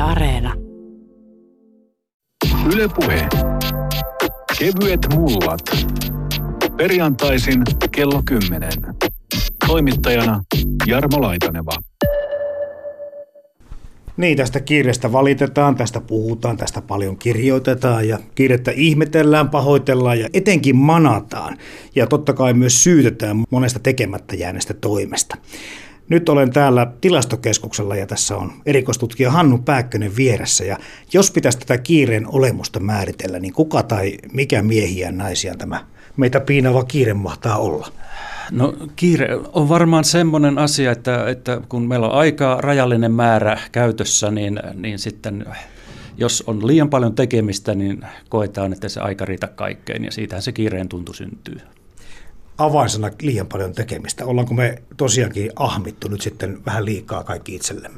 Areena. Yle Puhe. Kevyet mullat. Perjantaisin kello 10. Toimittajana Jarmo Laitaneva. Niin, tästä kiireestä valitetaan, tästä puhutaan, tästä paljon kirjoitetaan ja kiirettä ihmetellään, pahoitellaan ja etenkin manataan. Ja totta kai myös syytetään monesta tekemättä jääneestä toimesta. Nyt olen täällä Tilastokeskuksella ja tässä on erikoistutkija Hannu Pääkkönen vieressä. Ja jos pitäisi tätä kiireen olemusta määritellä, niin kuka tai mikä miehiä ja naisia tämä meitä piinava kiire mahtaa olla? No kiire on varmaan semmoinen asia, että kun meillä on aika rajallinen määrä käytössä, niin sitten jos on liian paljon tekemistä, niin koetaan, että se aika riitä kaikkeen ja siitähän se kiireen tuntu syntyy. Avainsana liian paljon tekemistä. Ollaanko me tosiaankin ahmittu nyt sitten vähän liikaa kaikki itsellemme?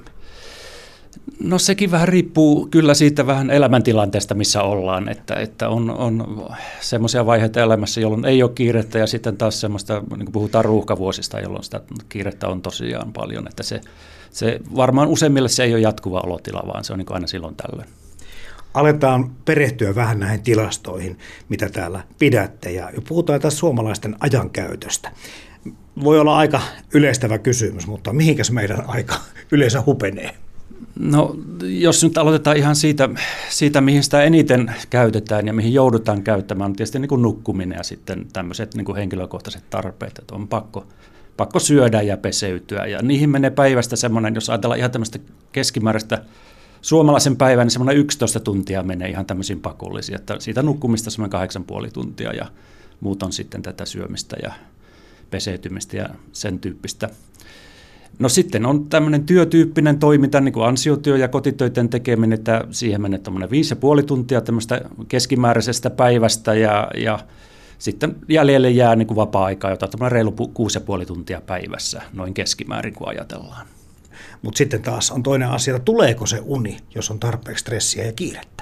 No sekin vähän riippuu kyllä siitä vähän elämäntilanteesta, missä ollaan, että on semmoisia vaiheita elämässä, jolloin ei ole kiirettä ja sitten taas semmoista, niin kuin puhutaan ruuhkavuosista, jolloin sitä kiirettä on tosiaan paljon, että se varmaan useimmille se ei ole jatkuva olotila, vaan se on niin kuin aina silloin tällöin. Aletaan perehtyä vähän näihin tilastoihin, mitä täällä pidätte ja puhutaan taas suomalaisten ajankäytöstä. Voi olla aika yleistävä kysymys, mutta mihinkäs meidän aika yleensä hupenee? No jos nyt aloitetaan ihan siitä, mihin sitä eniten käytetään ja mihin joudutaan käyttämään, on tietysti niin kuin nukkuminen ja sitten tämmöiset niin kuin henkilökohtaiset tarpeet, että on pakko syödä ja peseytyä ja niihin menee päivästä semmoinen, jos ajatellaan ihan tämmöistä keskimääräistä suomalaisen päivän, niin semmoinen 11 tuntia menee ihan tämmöisiin pakollisiin, että siitä nukkumista semmoinen 8,5 tuntia ja muut on sitten tätä syömistä ja peseytymistä ja sen tyyppistä. No sitten on tämmöinen työtyyppinen toiminta, niin kuin ansiotyö ja kotitöiden tekeminen, että siihen menee tuommoinen 5,5 tuntia tämmöistä keskimääräisestä päivästä ja sitten jäljelle jää niin kuin vapaa-aikaa, jota tämmöinen reilu 6,5 tuntia päivässä, noin keskimäärin kun ajatellaan. Mutta sitten taas on toinen asia, että tuleeko se uni, jos on tarpeeksi stressiä ja kiirettä?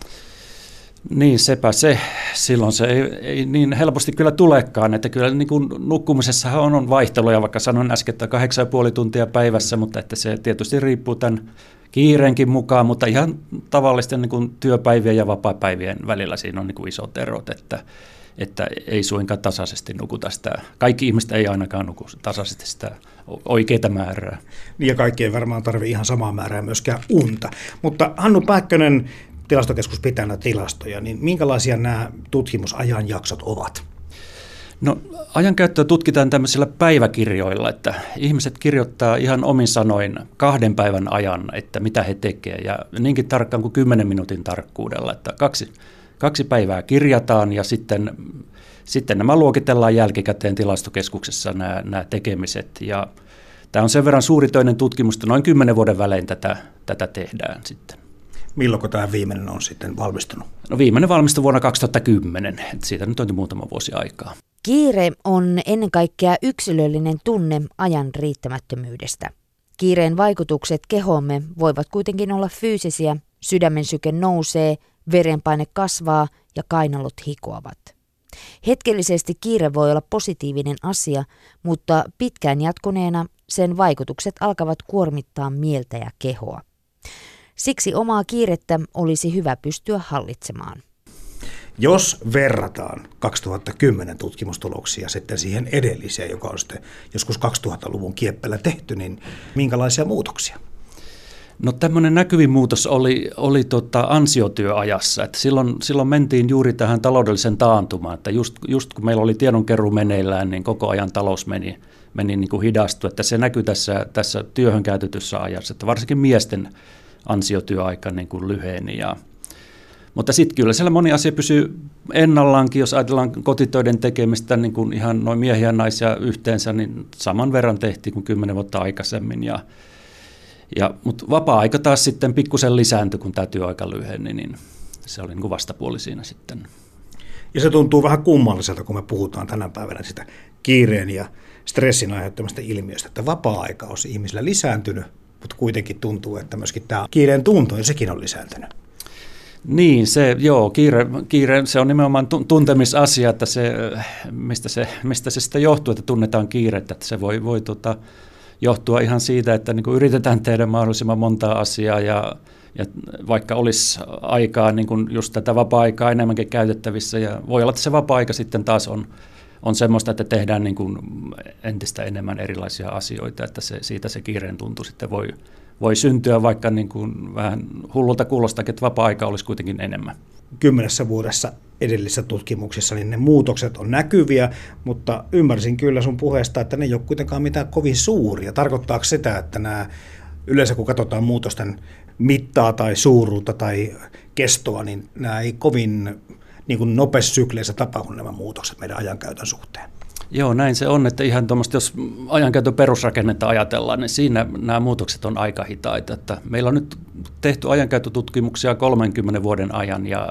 Niin, sepä se. Silloin se ei niin helposti kyllä tulekaan, että kyllä niin kuin nukkumisessahan on vaihteluja, vaikka sanoin äsken, että 8,5 tuntia päivässä, mutta että se tietysti riippuu tämän kiireenkin mukaan, mutta ihan tavallisten niin kuin työpäivien ja vapaa-päivien välillä siinä on niin kuin isot erot, että ei suinkaan tasaisesti nukuta sitä. Kaikki ihmiset ei ainakaan nuku tasaisesti sitä oikeaa määrää. Ja kaikki ei varmaan tarvitse ihan samaa määrää myöskään unta. Mutta Hannu Pääkkönen, Tilastokeskus pitää näitä tilastoja, niin minkälaisia nämä tutkimusajanjaksot ovat? No ajankäyttöä tutkitaan tämmöisillä päiväkirjoilla, että ihmiset kirjoittaa ihan omin sanoin 2 päivän ajan, että mitä he tekevät ja niinkin tarkkaan kuin 10 minuutin tarkkuudella, että kaksi päivää kirjataan ja sitten nämä luokitellaan jälkikäteen Tilastokeskuksessa nämä tekemiset ja tämä on sen verran suuritöinen tutkimus, että noin 10 vuoden välein tätä tehdään sitten. Milloin tämä viimeinen on sitten valmistunut? No viimeinen valmistui vuonna 2010, että siitä nyt on jo muutama vuosi aikaa. Kiire on ennen kaikkea yksilöllinen tunne ajan riittämättömyydestä. Kiireen vaikutukset kehoomme voivat kuitenkin olla fyysisiä, sydämen syke nousee, verenpaine kasvaa ja kainalot hikoavat. Hetkellisesti kiire voi olla positiivinen asia, mutta pitkään jatkuneena sen vaikutukset alkavat kuormittaa mieltä ja kehoa. Siksi omaa kiirettä olisi hyvä pystyä hallitsemaan. Jos verrataan 2010 tutkimustuloksia sitten siihen edelliseen, joka on sitten joskus 2000-luvun kieppeillä tehty, niin minkälaisia muutoksia? No tämmöinen näkyvin muutos oli ansiotyöajassa, että silloin mentiin juuri tähän taloudellisen taantumaan, että just kun meillä oli tiedonkeruu meneillään, niin koko ajan talous meni niin kuin hidastui, että se näkyy tässä työhön käytetyssä ajassa, että varsinkin miesten ansiotyöaika niin kuin lyheni. Mutta sitten kyllä siellä moni asia pysyy ennallaankin, jos ajatellaan kotitöiden tekemistä niin kuin ihan noin miehiä ja naisia yhteensä, niin saman verran tehtiin kuin 10 vuotta aikaisemmin. Mutta vapaa-aika taas sitten pikkusen lisääntyi, kun tämä työaika lyheni, niin se oli niin kuin vastapuoli siinä sitten. Ja se tuntuu vähän kummalliselta, kun me puhutaan tänä päivänä sitä kiireen ja stressin aiheuttamasta ilmiöstä, että vapaa-aika on ihmisillä lisääntynyt, mutta kuitenkin tuntuu, että myöskin tämä kiireen tunto, ja sekin on lisääntynyt. Niin, kiire se on nimenomaan tuntemisasia, että mistä se sitten johtuu, että tunnetaan kiirettä, että se voi johtua ihan siitä, että niin kuin yritetään tehdä mahdollisimman montaa asiaa ja vaikka olisi aikaa, niin kuin just tätä vapaa-aikaa enemmänkin käytettävissä ja voi olla, että se vapaa-aika sitten taas on semmoista, että tehdään niin kuin entistä enemmän erilaisia asioita, että siitä se kiireen tuntu sitten voi syntyä, vaikka niin kuin vähän hullulta kuulostakin, että vapaa-aika olisi kuitenkin enemmän. 10 vuodessa edellisissä tutkimuksissa niin ne muutokset on näkyviä, mutta ymmärsin kyllä sun puheesta, että ne ei ole kuitenkaan mitään kovin suuria. Tarkoittaako sitä, että nämä yleensä kun katsotaan muutosten mittaa tai suuruutta tai kestoa, niin nämä ei kovin niin kuin nopeassa sykleissä tapahdu nämä muutokset meidän ajankäytön suhteen? Joo, näin se on, että ihan tuommoista, jos ajankäytön perusrakennetta ajatellaan, niin siinä nämä muutokset on aika hitaita. Että meillä on nyt tehty ajankäyttötutkimuksia 30 vuoden ajan ja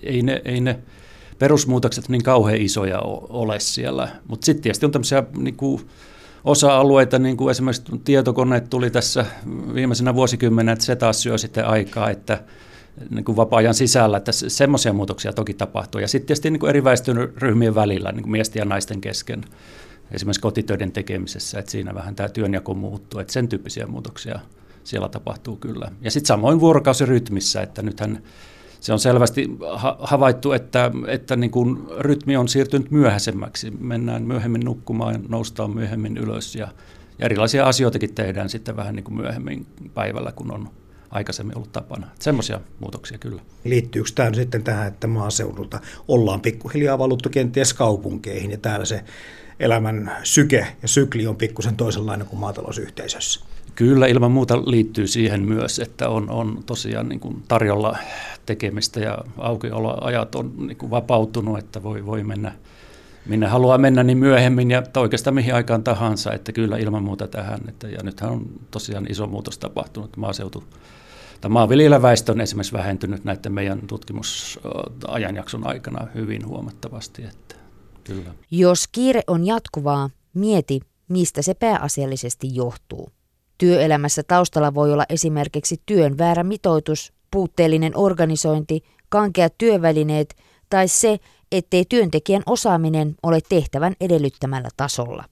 ei ne perusmuutokset niin kauhean isoja ole siellä. Mutta sitten tietysti on tämmöisiä niin kuin osa-alueita, niin kuin esimerkiksi tietokoneet tuli tässä viimeisenä vuosikymmenä, että se taas syö sitten aikaa, että niin kuin vapaa-ajan sisällä, että semmoisia muutoksia toki tapahtuu. Ja sitten tietysti niin kuin eri väestöryhmien välillä, niin kuin miesten ja naisten kesken, esimerkiksi kotitöiden tekemisessä, että siinä vähän tämä työnjako muuttuu, että sen tyyppisiä muutoksia siellä tapahtuu kyllä. Ja sitten samoin vuorokausirytmissä, että nythän se on selvästi havaittu, että niin kuin rytmi on siirtynyt myöhäisemmäksi. Mennään myöhemmin nukkumaan, noustaan myöhemmin ylös ja erilaisia asioitakin tehdään sitten vähän niin kuin myöhemmin päivällä, kun on aikaisemmin ollut tapana. Semmoisia muutoksia kyllä. Liittyykö tämä sitten tähän, että maaseudulta ollaan pikkuhiljaa valuttu kenties kaupunkeihin ja täällä se elämän syke ja sykli on pikkusen toisenlainen kuin maatalousyhteisössä? Kyllä, ilman muuta liittyy siihen myös, että on tosiaan niin kuin tarjolla tekemistä ja aukioloajat on niin kuin vapautunut, että voi mennä minne haluaa mennä niin myöhemmin ja oikeastaan mihin aikaan tahansa, että kyllä ilman muuta tähän. Ja nythän on tosiaan iso muutos tapahtunut. Maanviljelijäväestö on esimerkiksi vähentynyt näiden meidän tutkimusajanjakson aikana hyvin huomattavasti. Että kyllä. Jos kiire on jatkuvaa, mieti, mistä se pääasiallisesti johtuu. Työelämässä taustalla voi olla esimerkiksi työn väärä mitoitus, puutteellinen organisointi, kankeat työvälineet tai se, ettei työntekijän osaaminen ole tehtävän edellyttämällä tasolla.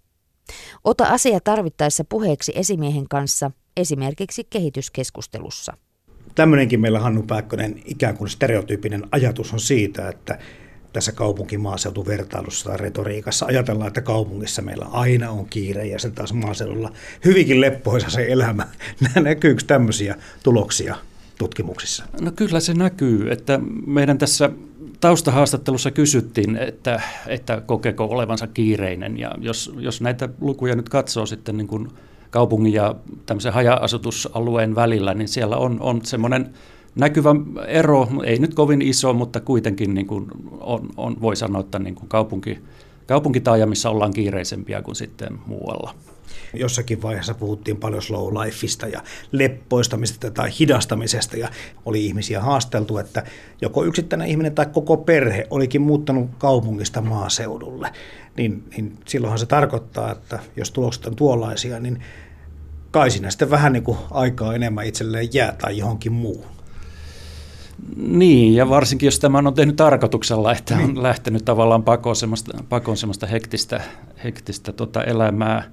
Ota asia tarvittaessa puheeksi esimiehen kanssa, esimerkiksi kehityskeskustelussa. Tämmöinenkin meillä, Hannu Pääkkönen, ikään kuin stereotyyppinen ajatus on siitä, että tässä kaupunki-maaseutuvertailussa tai retoriikassa ajatellaan, että kaupungissa meillä aina on kiire ja sen taas maaseudulla hyvinkin leppoisa se elämä. Näkyykö tämmöisiä tuloksia tutkimuksissa? No kyllä se näkyy, että meidän tässä taustahaastattelussa kysyttiin, että kokeeko olevansa kiireinen ja jos näitä lukuja nyt katsoo sitten niin kuin kaupungin ja tämmöisen haja-asutusalueen välillä, niin siellä on semmoinen näkyvä ero, ei nyt kovin iso, mutta kuitenkin niin kuin voi sanoa, että niin kuin kaupunkitaajamissa ollaan kiireisempiä kuin sitten muualla. Jossakin vaiheessa puhuttiin paljon slow lifeista ja leppoistamisesta tai hidastamisesta ja oli ihmisiä haasteltu, että joko yksittäinen ihminen tai koko perhe olikin muuttanut kaupungista maaseudulle. Niin silloinhan se tarkoittaa, että jos tulokset on tuollaisia, niin kai siinä sitten vähän niin kuin aikaa enemmän itselleen jää tai johonkin muuhun. Niin, ja varsinkin jos tämä on tehnyt tarkoituksella, että on lähtenyt tavallaan pakoon semmoista hektistä elämää.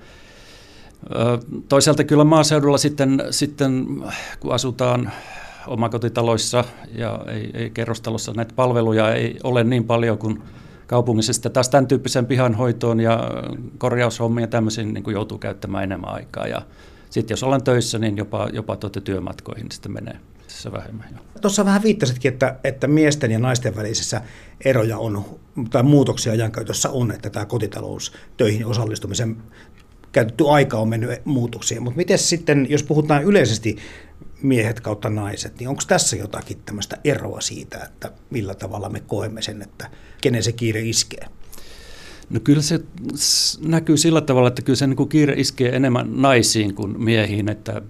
Toisaalta kyllä maaseudulla sitten kun asutaan omakotitaloissa ja ei kerrostalossa, näitä palveluja ei ole niin paljon kuin kaupungissa. Sitten taas tämän tyyppisen pihanhoitoon ja korjaushommiin ja tämmöisiin niin kuin joutuu käyttämään enemmän aikaa. Ja sitten jos ollaan töissä, niin jopa työmatkoihin sitten menee se vähemmän. Tuossa vähän viittasitkin, että miesten ja naisten välisissä eroja on, tai muutoksia ajankäytössä on, että tämä kotitaloustöihin osallistumisen käytetty aika on mennyt muutoksiin. Mutta miten sitten, jos puhutaan yleisesti miehet kautta naiset, niin onko tässä jotakin tämmöistä eroa siitä, että millä tavalla me koemme sen, että kenen se kiire iskee? No kyllä se näkyy sillä tavalla, että kyllä se niin kuin kiire iskee enemmän naisiin kuin miehiin, että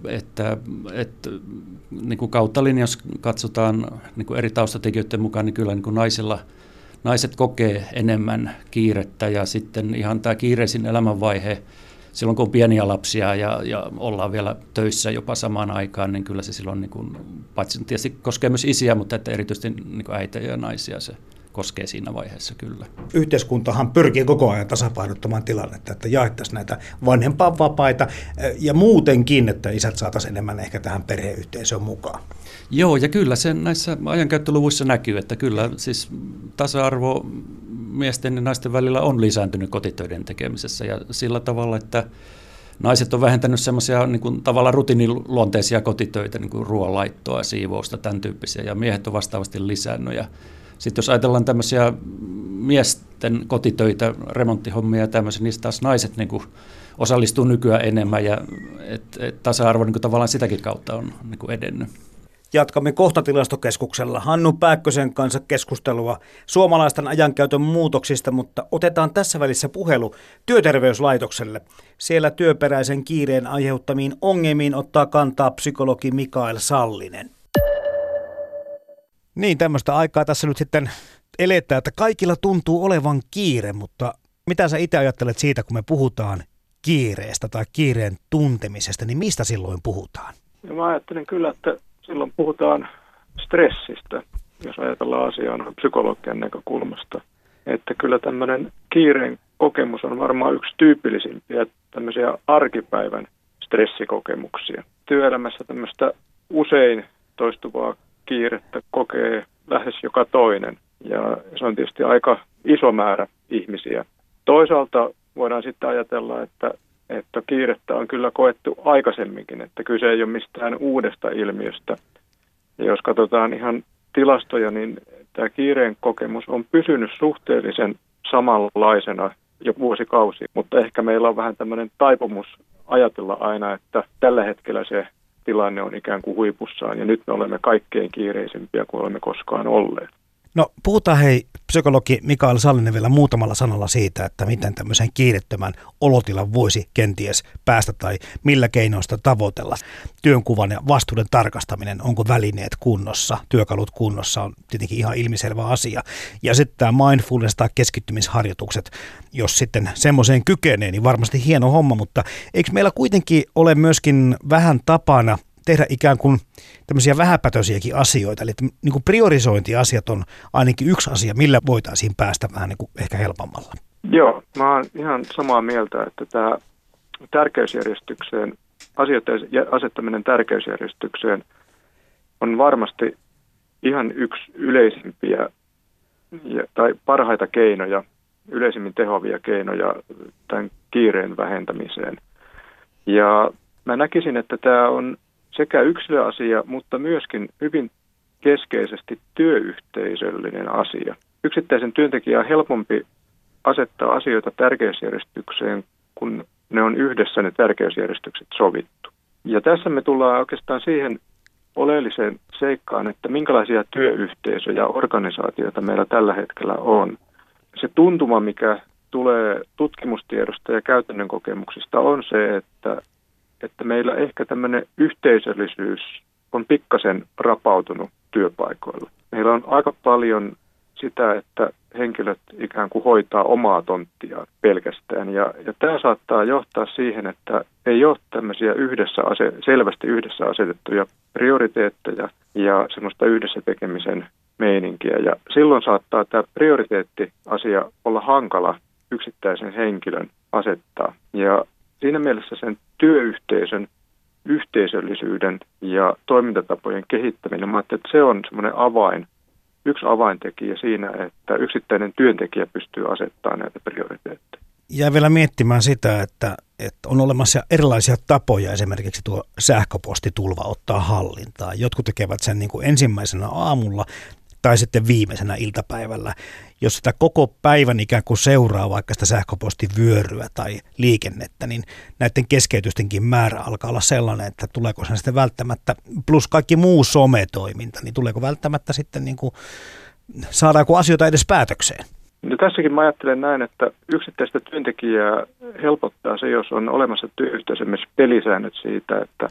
niin kuin kautta linjan, jos katsotaan niin kuin eri taustatekijöiden mukaan, niin kyllä niin kuin naiset kokee enemmän kiirettä ja sitten ihan tämä kiireisin elämänvaihe, silloin kun on pieniä lapsia ja ollaan vielä töissä jopa samaan aikaan, niin kyllä se silloin, niin kuin, paitsi tietysti koskee myös isiä, mutta että erityisesti niin kuin äitejä ja naisia se koskee siinä vaiheessa kyllä. Yhteiskuntahan pyrkii koko ajan tasapainottamaan tilannetta, että jaettaisiin näitä vanhempainvapaita ja muutenkin, että isät saataisiin enemmän ehkä tähän perheyhteisöön mukaan. Joo, ja kyllä se näissä ajankäyttöluvuissa näkyy, että kyllä siis tasa-arvo miesten ja naisten välillä on lisääntynyt kotitöiden tekemisessä ja sillä tavalla, että naiset on vähentänyt semmoisia niin kuin tavallaan rutiiniluonteisia kotitöitä, niin kuin ruoanlaittoa, siivousta, tämän tyyppisiä, ja miehet on vastaavasti lisännyt. Ja sitten jos ajatellaan tämmöisiä miesten kotitöitä, remonttihommia ja tämmöisiä, niistä taas naiset niin kuin osallistuu nykyään enemmän, ja tasa-arvo niin kuin tavallaan sitäkin kautta on niin kuin edennyt. Jatkamme kohta Tilastokeskuksella Hannu Pääkkösen kanssa keskustelua suomalaisten ajankäytön muutoksista, mutta otetaan tässä välissä puhelu Työterveyslaitokselle. Siellä työperäisen kiireen aiheuttamiin ongelmiin ottaa kantaa psykologi Mikael Sallinen. Niin, tämmöistä aikaa tässä nyt sitten eletään, että kaikilla tuntuu olevan kiire, mutta mitä sä itse ajattelet siitä, kun me puhutaan kiireestä tai kiireen tuntemisesta, niin mistä silloin puhutaan? Ja mä ajattelen kyllä, että silloin puhutaan stressistä, jos ajatellaan asiaa psykologian näkökulmasta. Että kyllä tämmöinen kiireen kokemus on varmaan yksi tyypillisimpiä tämmöisiä arkipäivän stressikokemuksia. Työelämässä tämmöistä usein toistuvaa kiirettä kokee lähes joka toinen. Ja se on tietysti aika iso määrä ihmisiä. Toisaalta voidaan sitten ajatella, että kiirettä on kyllä koettu aikaisemminkin, että kyse ei ole mistään uudesta ilmiöstä. Ja jos katsotaan ihan tilastoja, niin tämä kiireen kokemus on pysynyt suhteellisen samanlaisena jo vuosikausia, mutta ehkä meillä on vähän tämmöinen taipumus ajatella aina, että tällä hetkellä se tilanne on ikään kuin huipussaan ja nyt me olemme kaikkein kiireisimpiä kuin olemme koskaan olleet. No puhutaan psykologi Mikael Sallinen vielä muutamalla sanalla siitä, että miten tämmöisen kiirettömän olotilan voisi kenties päästä tai millä keinoista tavoitella. Työnkuvan ja vastuuden tarkastaminen, onko välineet kunnossa, työkalut kunnossa on tietenkin ihan ilmiselvä asia. Ja sitten tämä mindfulness tai keskittymisharjoitukset, jos sitten semmoiseen kykenee, niin varmasti hieno homma, mutta eikö meillä kuitenkin ole myöskin vähän tapana tehdä ikään kuin tämmöisiä vähäpätöisiäkin asioita, eli niin kuin priorisointiasiat on ainakin yksi asia, millä voitaisiin päästä vähän niin kuin ehkä helpommalla. Joo, mä oon ihan samaa mieltä, että tämä tärkeysjärjestykseen, asioiden asettaminen tärkeysjärjestykseen on varmasti ihan yksi yleisimpiä tai parhaita keinoja, yleisimmin tehoavia keinoja tämän kiireen vähentämiseen. Ja mä näkisin, että tämä on sekä yksilöasia, mutta myöskin hyvin keskeisesti työyhteisöllinen asia. Yksittäisen työntekijän on helpompi asettaa asioita tärkeysjärjestykseen, kun ne on yhdessä ne tärkeysjärjestykset sovittu. Ja tässä me tullaan oikeastaan siihen oleelliseen seikkaan, että minkälaisia työyhteisöjä ja organisaatioita meillä tällä hetkellä on. Se tuntuma, mikä tulee tutkimustiedosta ja käytännön kokemuksista, on se, että meillä ehkä tämmöinen yhteisöllisyys on pikkasen rapautunut työpaikoilla. Meillä on aika paljon sitä, että henkilöt ikään kuin hoitaa omaa tonttiaan pelkästään. Ja tämä saattaa johtaa siihen, että ei ole tämmöisiä selvästi yhdessä asetettuja prioriteetteja ja semmoista yhdessä tekemisen meininkiä. Ja silloin saattaa tämä prioriteettiasia olla hankala yksittäisen henkilön asettaa. Ja siinä mielessä sen työyhteisön, yhteisöllisyyden ja toimintatapojen kehittäminen, mä ajattelin, että se on semmoinen yksi avaintekijä siinä, että yksittäinen työntekijä pystyy asettamaan näitä prioriteetteja. Ja vielä miettimään sitä, että on olemassa erilaisia tapoja, esimerkiksi tuo sähköpostitulva ottaa hallintaan. Jotkut tekevät sen niin kuin ensimmäisenä aamulla tai sitten viimeisenä iltapäivällä. Jos sitä koko päivän ikään kuin seuraa vaikka sitä sähköpostivyöryä tai liikennettä, niin näiden keskeytystenkin määrä alkaa olla sellainen, että tuleeko sen sitten välttämättä, plus kaikki muu sometoiminta, niin tuleeko välttämättä sitten niin kuin, saadaanko asioita edes päätökseen? No tässäkin mä ajattelen näin, että yksittäistä työntekijää helpottaa se, jos on olemassa työyhteisössä esimerkiksi pelisäännöt siitä, että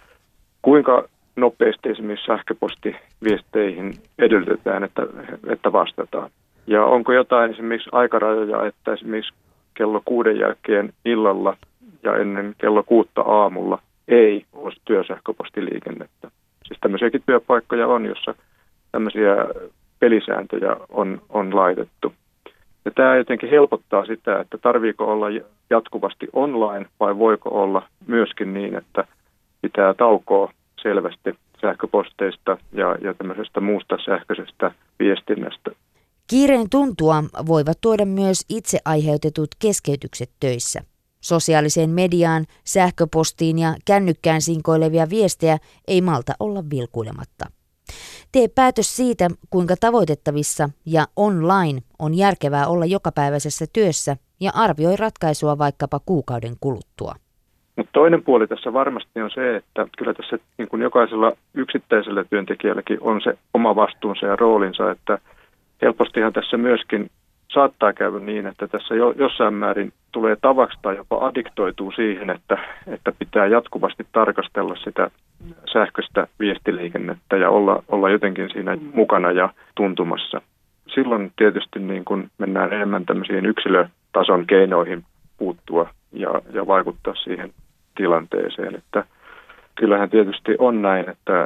kuinka nopeasti esimerkiksi sähköpostiviesteihin edellytetään, että vastataan. Ja onko jotain esimerkiksi aikarajoja, että esimerkiksi kello 6 jälkeen illalla ja ennen kello 6 aamulla ei ole työsähköpostiliikennettä. Siis tämmöisiäkin työpaikkoja on, jossa tämmöisiä pelisääntöjä on laitettu. Ja tämä jotenkin helpottaa sitä, että tarviiko olla jatkuvasti online vai voiko olla myöskin niin, että pitää taukoa selvästi sähköposteista ja tämmöisestä muusta sähköisestä viestinnästä. Kiireen tuntua voivat tuoda myös itse aiheutetut keskeytykset töissä. Sosiaaliseen mediaan, sähköpostiin ja kännykkään sinkoilevia viestejä ei malta olla vilkuilematta. Tee päätös siitä, kuinka tavoitettavissa ja online on järkevää olla jokapäiväisessä työssä ja arvioi ratkaisua vaikkapa kuukauden kuluttua. Mutta toinen puoli tässä varmasti on se, että kyllä tässä niin kuin jokaisella yksittäisellä työntekijälläkin on se oma vastuunsa ja roolinsa, että helpostihan tässä myöskin saattaa käydä niin, että tässä jossain määrin tulee tavaksi tai jopa addiktoituu siihen, että pitää jatkuvasti tarkastella sitä sähköistä viestiliikennettä ja olla jotenkin siinä mukana ja tuntumassa. Silloin tietysti niin kun mennään enemmän tämmöisiin yksilötason keinoihin puuttua ja vaikuttaa siihen tilanteeseen. Että kyllähän tietysti on näin, että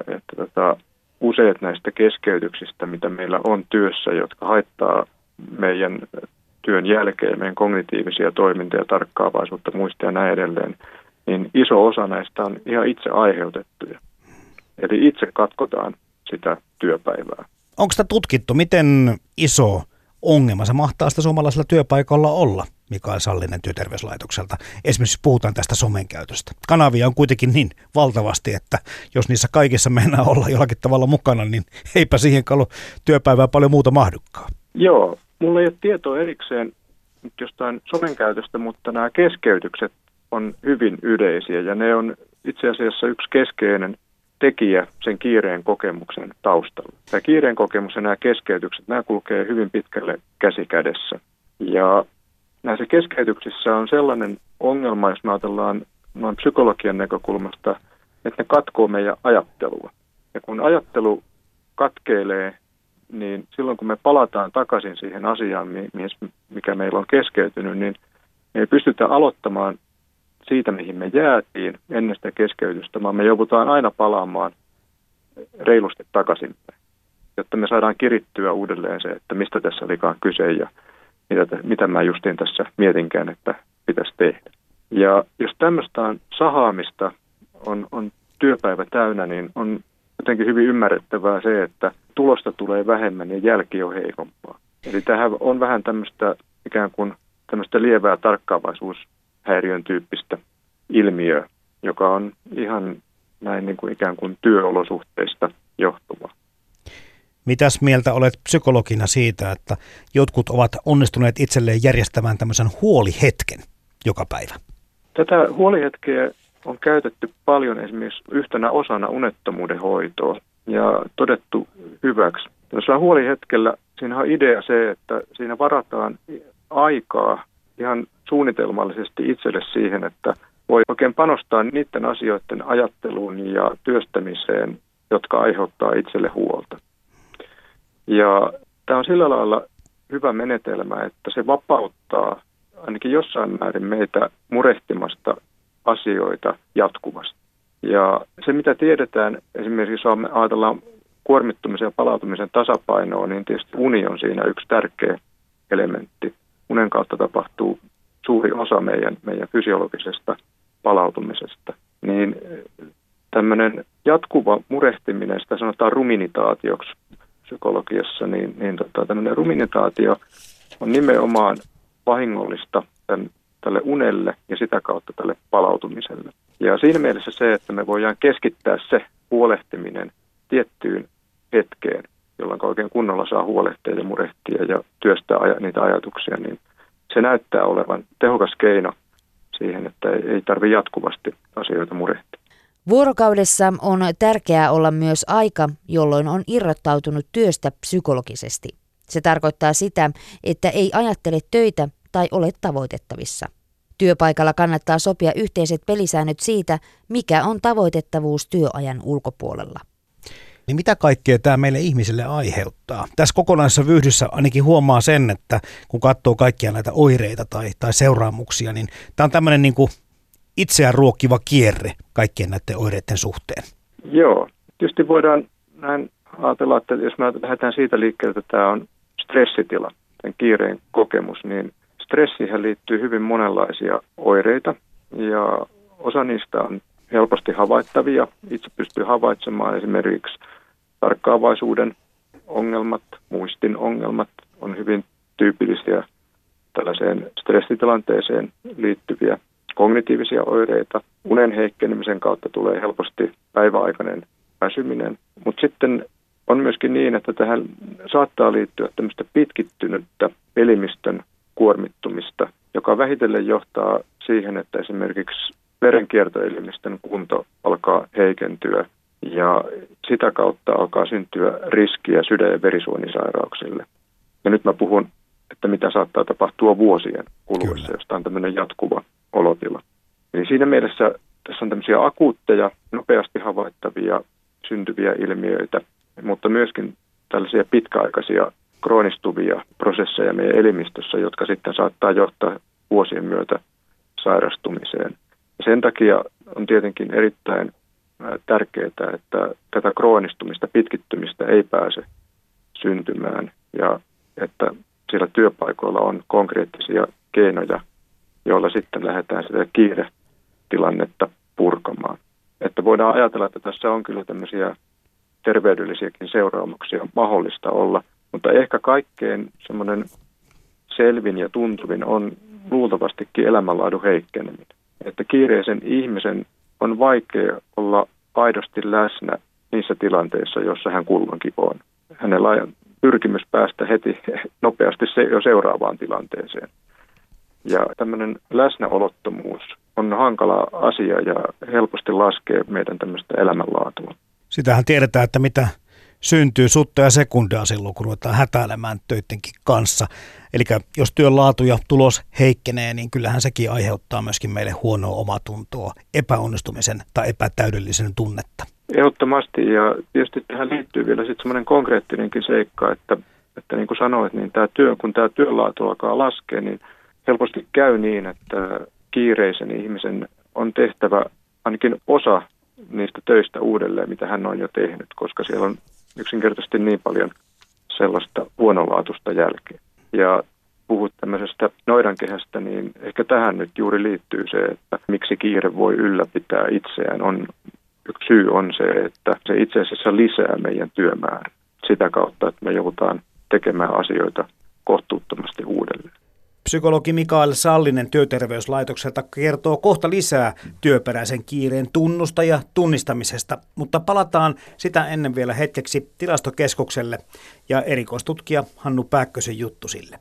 useat näistä keskeytyksistä, mitä meillä on työssä, jotka haittaa meidän työn jälkeen, meidän kognitiivisia toimintoja, tarkkaavaisuutta, muistia ja näin edelleen, niin iso osa näistä on ihan itse aiheutettuja. Eli itse katkotaan sitä työpäivää. Onko sitä tutkittu, miten iso ongelma se mahtaa sitä suomalaisella työpaikalla olla, Mikael Sallinen Työterveyslaitokselta? Esimerkiksi puhutaan tästä somen käytöstä. Kanavia on kuitenkin niin valtavasti, että jos niissä kaikissa mennään olla jollakin tavalla mukana, niin eipä siihen kalu työpäivää paljon muuta mahdukaan. Joo, mulla ei ole tietoa erikseen jostain somen käytöstä, mutta nämä keskeytykset on hyvin yleisiä ja ne on itse asiassa yksi keskeinen tekijä sen kiireen kokemuksen taustalla. Tämä kiireen kokemus ja nämä keskeytykset, nämä kulkee hyvin pitkälle käsi kädessä. Ja näissä keskeytyksissä on sellainen ongelma, jos me ajatellaan noin psykologian näkökulmasta, että ne katkoo meidän ajattelua. Ja kun ajattelu katkeilee, niin silloin kun me palataan takaisin siihen asiaan, mikä meillä on keskeytynyt, niin me ei pystytä aloittamaan siitä, mihin me jäätiin ennen sitä keskeytystä, vaan me joudutaan aina palaamaan reilusti takaisin, jotta me saadaan kirittyä uudelleen se, että mistä tässä olikaan kyse ja mitä mä justiin tässä mietinkään, että pitäisi tehdä. Ja jos tämmöistä on sahaamista, on työpäivä täynnä, niin on jotenkin hyvin ymmärrettävää se, että tulosta tulee vähemmän ja jälki on heikompaa. Eli tämähän on vähän tämmöistä ikään kuin tämmöistä lievää tarkkaavaisuushäiriön tyyppistä ilmiöä, joka on ihan näin niin kuin ikään kuin työolosuhteista johtuva. Mitäs mieltä olet psykologina siitä, että jotkut ovat onnistuneet itselleen järjestämään tämmöisen huolihetken joka päivä? Tätä huolihetkeä on käytetty paljon esimerkiksi yhtenä osana unettomuuden hoitoa ja todettu hyväksi. Tällaisella huolihetkellä siinä on idea se, että siinä varataan aikaa ihan suunnitelmallisesti itselle siihen, että voi oikein panostaa niiden asioiden ajatteluun ja työstämiseen, jotka aiheuttaa itselle huolta. Ja tämä on sillä lailla hyvä menetelmä, että se vapauttaa ainakin jossain määrin meitä murehtimasta asioita jatkuvasti. Ja se, mitä tiedetään, esimerkiksi jos ajatellaan kuormittumisen ja palautumisen tasapainoa, niin tietysti uni on siinä yksi tärkeä elementti. Unen kautta tapahtuu suuri osa meidän fysiologisesta palautumisesta. Niin tämmöinen jatkuva murehtiminen, sitä sanotaan ruminitaatioksi psykologiassa, niin tämmöinen ruminitaatio on nimenomaan vahingollista tälle unelle ja sitä kautta tälle palautumiselle. Ja siinä mielessä se, että me voidaan keskittää se huolehtiminen tiettyyn hetkeen, jolloin oikein kunnolla saa huolehtia ja murehtia ja työstää niitä ajatuksia, niin se näyttää olevan tehokas keino siihen, että ei tarvitse jatkuvasti asioita murehtia. Vuorokaudessa on tärkeää olla myös aika, jolloin on irrottautunut työstä psykologisesti. Se tarkoittaa sitä, että ei ajattele töitä tai ole tavoitettavissa. Työpaikalla kannattaa sopia yhteiset pelisäännöt siitä, mikä on tavoitettavuus työajan ulkopuolella. Niin mitä kaikkea tämä meille ihmisille aiheuttaa? Tässä kokonaisessa vyyhdyssä ainakin huomaa sen, että kun katsoo kaikkia näitä oireita tai seuraamuksia, niin tämä on tämmöinen niin kuin itseään ruokkiva kierre kaikkien näiden oireiden suhteen. Joo, tietysti voidaan näin ajatellaan, että jos me lähdetään siitä liikkeelle, että tämä on stressitila, tämän kiireen kokemus, niin stressiin liittyy hyvin monenlaisia oireita ja osa niistä on helposti havaittavia. Itse pystyy havaitsemaan esimerkiksi tarkkaavaisuuden ongelmat, muistin ongelmat on hyvin tyypillisiä tällaiseen stressitilanteeseen liittyviä kognitiivisia oireita. Unen heikkenemisen kautta tulee helposti päiväaikainen väsyminen, mutta sitten on myöskin niin, että tähän saattaa liittyä tämmöistä pitkittynyttä elimistön kuormittumista, joka vähitellen johtaa siihen, että esimerkiksi verenkiertoelimistön kunto alkaa heikentyä ja sitä kautta alkaa syntyä riskiä sydän- ja verisuonisairauksille. Ja nyt mä puhun, että mitä saattaa tapahtua vuosien kuluessa, josta on tämmöinen jatkuva olotila. Eli siinä mielessä tässä on tämmöisiä akuutteja, nopeasti havaittavia, syntyviä ilmiöitä, mutta myöskin tällaisia pitkäaikaisia kroonistuvia prosesseja meidän elimistössä, jotka sitten saattaa johtaa vuosien myötä sairastumiseen. Sen takia on tietenkin erittäin tärkeää, että tätä kroonistumista, pitkittymistä ei pääse syntymään ja että siellä työpaikoilla on konkreettisia keinoja, joilla sitten lähdetään sitä kiiretilannetta purkamaan. Että voidaan ajatella, että tässä on kyllä tämmöisiä terveydellisiäkin seuraamuksia mahdollista olla, mutta ehkä kaikkein semmoinen selvin ja tuntuvin on luultavastikin elämänlaadun heikkeneminen. Että kiireisen ihmisen on vaikea olla aidosti läsnä niissä tilanteissa, joissa hän kulloinkin on. Hänellä on pyrkimys päästä heti nopeasti jo seuraavaan tilanteeseen. Ja tämmöinen läsnäolottomuus on hankala asia ja helposti laskee meidän tämmöistä elämänlaatua. Sitähän tiedetään, että mitä syntyy sutta ja sekundaa silloin, kun ruvetaan hätäilemään töittenkin kanssa. Eli jos työn laatu ja tulos heikkenee, niin kyllähän sekin aiheuttaa myöskin meille huonoa omatuntoa, epäonnistumisen tai epätäydellisen tunnetta. Ehdottomasti, ja tietysti tähän liittyy vielä sitten semmoinen konkreettinenkin seikka, että niin kuin sanoit, niin kun tämä työnlaatu alkaa laskea, niin helposti käy niin, että kiireisen ihmisen on tehtävä ainakin osa niistä töistä uudelleen, mitä hän on jo tehnyt, koska siellä on yksinkertaisesti niin paljon sellaista huonolaatusta jälkeä. Ja puhut tämmöisestä noidankehästä, niin ehkä tähän nyt juuri liittyy se, että miksi kiire voi ylläpitää itseään. Yksi syy on se, että se itse asiassa lisää meidän työmäärää sitä kautta, että me joudutaan tekemään asioita kohtuuttomasti uudelleen. Psykologi Mikael Sallinen Työterveyslaitokselta kertoo kohta lisää työperäisen kiireen tunnusta ja tunnistamisesta, mutta palataan sitä ennen vielä hetkeksi Tilastokeskukselle ja erikoistutkija Hannu Pääkkösen juttu sille.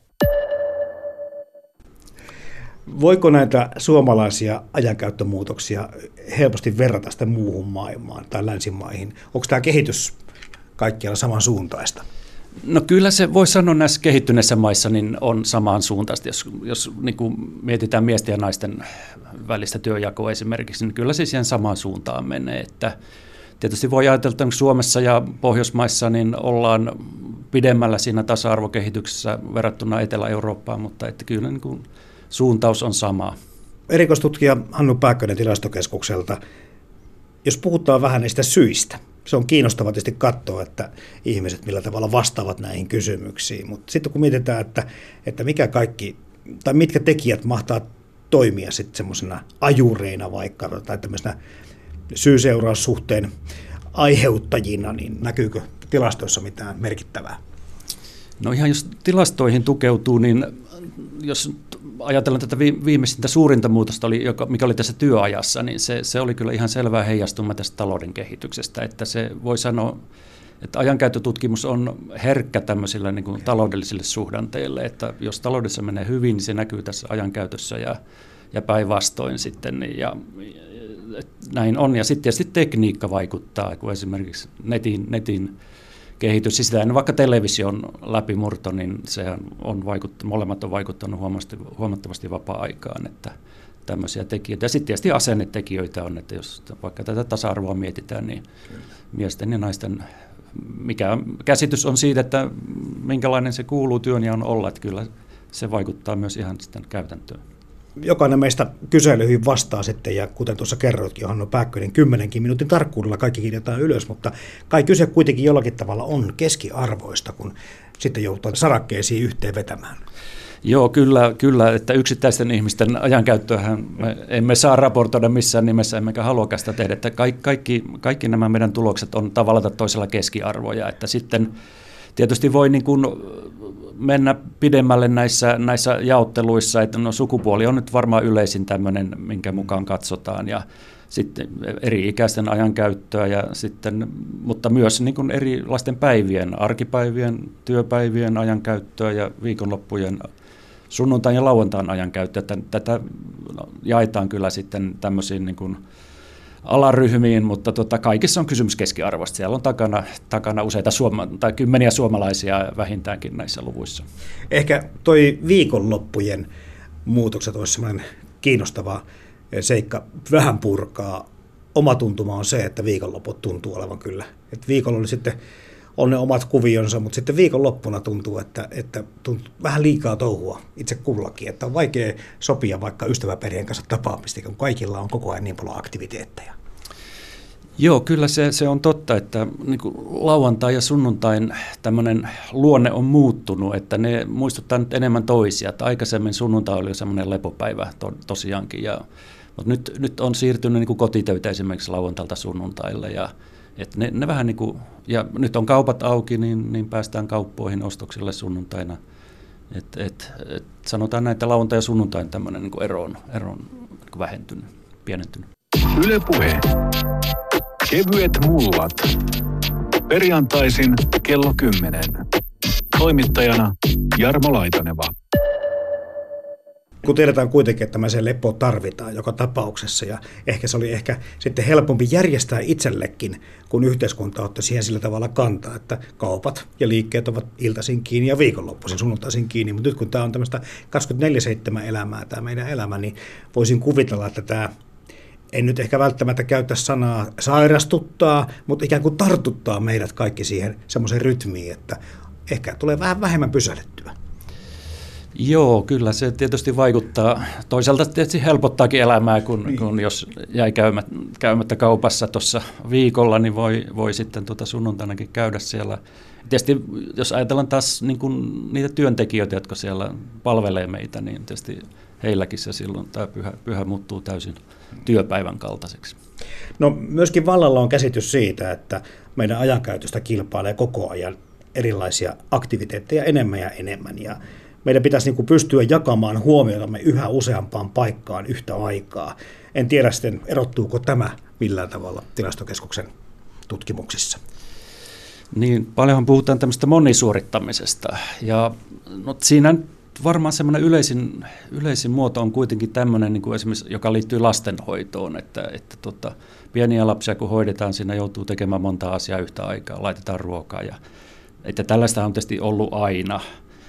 Voiko näitä suomalaisia ajankäyttömuutoksia helposti verrata sitä muuhun maailmaan tai länsimaihin? Onko tämä kehitys kaikkialla samansuuntaista? No kyllä se voi sanoa näissä kehittyneissä maissa niin on samansuuntaista. Jos niin kuin mietitään miesten ja naisten välistä työjakoa esimerkiksi, niin kyllä se siihen samaan suuntaan menee. Että tietysti voi ajatella, että Suomessa ja Pohjoismaissa niin ollaan pidemmällä siinä tasa-arvokehityksessä verrattuna Etelä-Eurooppaan, mutta että kyllä niin kuin suuntaus on sama. Erikoistutkija Hannu Pääkkönen Tilastokeskukselta, jos puhutaan vähän niistä syistä. Se on kiinnostavaa tietysti katsoa, että ihmiset millä tavalla vastaavat näihin kysymyksiin, mutta sitten kun mietitään, että mikä kaikki, tai mitkä tekijät mahtaa toimia sitten semmoisena ajureina vaikka, tai tämmöisenä syy-seuraussuhteen aiheuttajina, niin näkyykö tilastoissa mitään merkittävää? No ihan jos tilastoihin tukeutuu, niin jos ajatellaan tätä viimeisintä suurinta muutosta, mikä oli tässä työajassa, niin se oli kyllä ihan selvää heijastuma tästä talouden kehityksestä. Että se voi sanoa, että ajankäyttötutkimus on herkkä tämmöisille niin kuin taloudellisille suhdanteille, että jos taloudessa menee hyvin, niin se näkyy tässä ajankäytössä ja päinvastoin sitten. Ja näin on. Ja sitten tietysti tekniikka vaikuttaa, kun esimerkiksi netin kehitys, siis vaikka television läpimurto, niin sehän on molemmat on vaikuttanut huomattavasti vapaa-aikaan, että tämmöisiä tekijöitä. Ja sitten tietysti asennetekijöitä on, että jos vaikka tätä tasa-arvoa mietitään, niin miesten ja naisten, mikä käsitys on siitä, että minkälainen se kuuluu työnjaon olla, että kyllä se vaikuttaa myös ihan sitten käytäntöön. jokainen meistä kyselyihin vastaa sitten, ja kuten tuossa kerroitkin, Hannu Pääkkönen, 10 minuutin tarkkuudella kaikki kirjataan ylös, mutta kai kyse kuitenkin jollakin tavalla on keskiarvoista, kun sitten joudutaan sarakkeisiin yhteen vetämään. Joo, kyllä, että yksittäisten ihmisten ajankäyttöähän me emme saa raportoida missään nimessä, emmekä haluakaan sitä tehdä, että kaikki nämä meidän tulokset on tavalla tai toisella keskiarvoja, että sitten tietysti voi niin kuin mennä pidemmälle näissä jaotteluissa, että no sukupuoli on nyt varmaan yleisin tämmöinen, minkä mukaan katsotaan, ja sitten eri ikäisten ajankäyttöä, ja sitten, mutta myös niin kuin erilaisten päivien, arkipäivien, työpäivien ajankäyttöä ja viikonloppujen, sunnuntain ja lauantain ajankäyttöä. Tätä jaetaan kyllä sitten tämmöisiin niin kuin alaryhmiin, mutta kaikissa on kysymys keskiarvosta. Siellä on takana useita tai kymmeniä suomalaisia vähintäänkin näissä luvuissa. Ehkä toi viikonloppujen muutokset olisi sellainen kiinnostava seikka vähän purkaa. Oma tuntuma on se, että viikonloput tuntuu olevan kyllä. Et viikolla oli sitten on ne omat kuvionsa, mutta sitten viikonloppuna tuntuu, että tuntuu vähän liikaa touhua itse kullakin, että on vaikea sopia vaikka ystäväperien kanssa tapaamista, kun kaikilla on koko ajan niin paljon aktiviteetteja. Joo, kyllä se on totta, että niin kuin lauantai ja sunnuntain tämmöinen luonne on muuttunut, että ne muistuttaa nyt enemmän toisia. Että aikaisemmin sunnuntai oli semmoinen lepopäivä tosiaankin, mutta nyt on siirtynyt niin kuin kotitöitä esimerkiksi lauantailta sunnuntaille ja että ne vähän niin kuin, ja nyt on kaupat auki, niin päästään kauppoihin ostoksille sunnuntaina. Sanotaan näin, että lauantai ja sunnuntain tämmöinen niin kuin ero on niin vähentynyt, pienentynyt. Yle Puhe. Kevyet mullat. Perjantaisin kello 10. Toimittajana Jarmo Laitaneva. Kun tiedetään kuitenkin, että me se lepo tarvitaan joka tapauksessa, ja ehkä se oli sitten helpompi järjestää itsellekin, kun yhteiskunta otti siihen sillä tavalla kantaa, että kaupat ja liikkeet ovat iltaisin kiinni ja viikonloppuisin sunnuntaisin kiinni, mutta nyt kun tämä on tämmöistä 24/7 elämää, tämä meidän elämä, niin voisin kuvitella, että tämä en nyt ehkä välttämättä käytä sanaa sairastuttaa, mutta ikään kuin tartuttaa meidät kaikki siihen semmoiseen rytmiin, että ehkä tulee vähän vähemmän pysähdyttyä. Joo, kyllä se tietysti vaikuttaa. Toisaalta tietysti helpottaakin elämää, kun jos jäi käymättä kaupassa tuossa viikolla, niin voi sitten sunnuntainakin käydä siellä. Tietysti jos ajatellaan taas niin kuin niitä työntekijöitä, jotka siellä palvelee meitä, niin tietysti heilläkin se silloin tämä pyhä muuttuu täysin työpäivän kaltaiseksi. No myöskin vallalla on käsitys siitä, että meidän ajankäytöstä kilpailee koko ajan erilaisia aktiviteetteja enemmän ja enemmän, ja meidän pitäisi niin kuin pystyä jakamaan huomiotamme yhä useampaan paikkaan yhtä aikaa. En tiedä sitten, erottuuko tämä millään tavalla Tilastokeskuksen tutkimuksissa. Niin, paljonhan puhutaan tämmöistä monisuorittamisesta, ja no, siinä varmaan semmoinen yleisin muoto on kuitenkin tämmöinen, niin kuin esimerkiksi, joka liittyy lastenhoitoon, että pieniä lapsia kun hoidetaan, siinä joutuu tekemään monta asiaa yhtä aikaa, laitetaan ruokaa, että tällaista on tietysti ollut aina.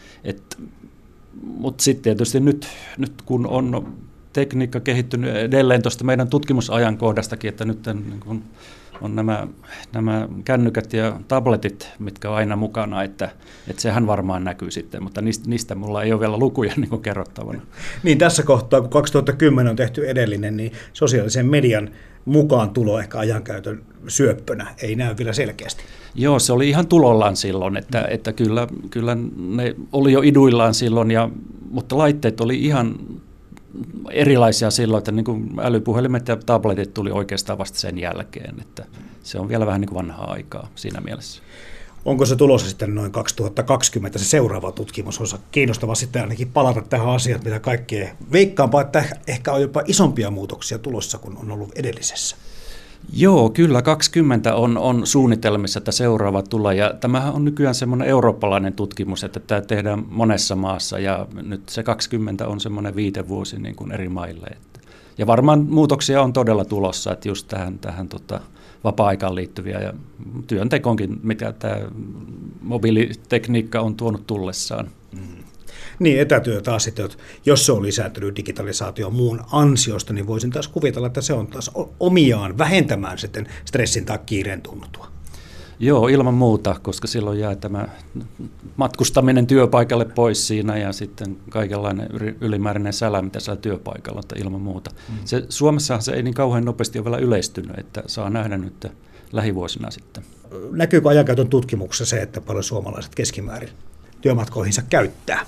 Mutta sitten tietysti nyt kun on tekniikka kehittynyt edelleen tuosta meidän tutkimusajankohdastakin, että nyt niin kun on nämä kännykät ja tabletit, mitkä on aina mukana, että sehän varmaan näkyy sitten, mutta niistä mulla ei ole vielä lukuja niin kuin kerrottavana. Niin tässä kohtaa, kun 2010 on tehty edellinen, niin sosiaalisen median mukaan tulo ehkä ajankäytön syöppönä ei näy vielä selkeästi. Joo, se oli ihan tulollaan silloin, että kyllä ne oli jo iduillaan silloin, mutta laitteet oli ihan erilaisia silloin, että niin kuin älypuhelimet ja tabletit tuli oikeastaan vasta sen jälkeen, että se on vielä vähän niin kuin vanhaa aikaa siinä mielessä. Onko se tulossa sitten noin 2020 se seuraava tutkimus? On kiinnostavaa sitten ainakin palata tähän asiaan, mitä kaikkea. Veikkaanpa, että ehkä on jopa isompia muutoksia tulossa kuin on ollut edellisessä. Joo, kyllä 20 on suunnitelmissa, että seuraava tulee, ja tämähän on nykyään semmoinen eurooppalainen tutkimus, että tämä tehdään monessa maassa, ja nyt se 20 on semmoinen viitevuosi niin kuin eri maille. Ja varmaan muutoksia on todella tulossa, että just tähän vapaa-aikaan liittyviä ja työntekoonkin, mitä tämä mobiilitekniikka on tuonut tullessaan. Niin, etätyö taas sitten, jos se on lisääntynyt digitalisaatio muun ansiosta, niin voisin taas kuvitella, että se on taas omiaan vähentämään sitten stressin tai kiireen tuntua. Joo, ilman muuta, koska silloin jää tämä matkustaminen työpaikalle pois siinä ja sitten kaikenlainen ylimääräinen sälä, mitä siellä työpaikalla, että ilman muuta. Suomessahan se ei niin kauhean nopeasti ole vielä yleistynyt, että saa nähdä nyt lähivuosina sitten. Näkyykö ajankäytön tutkimuksessa se, että paljon suomalaiset keskimäärin työmatkoihinsa käyttää?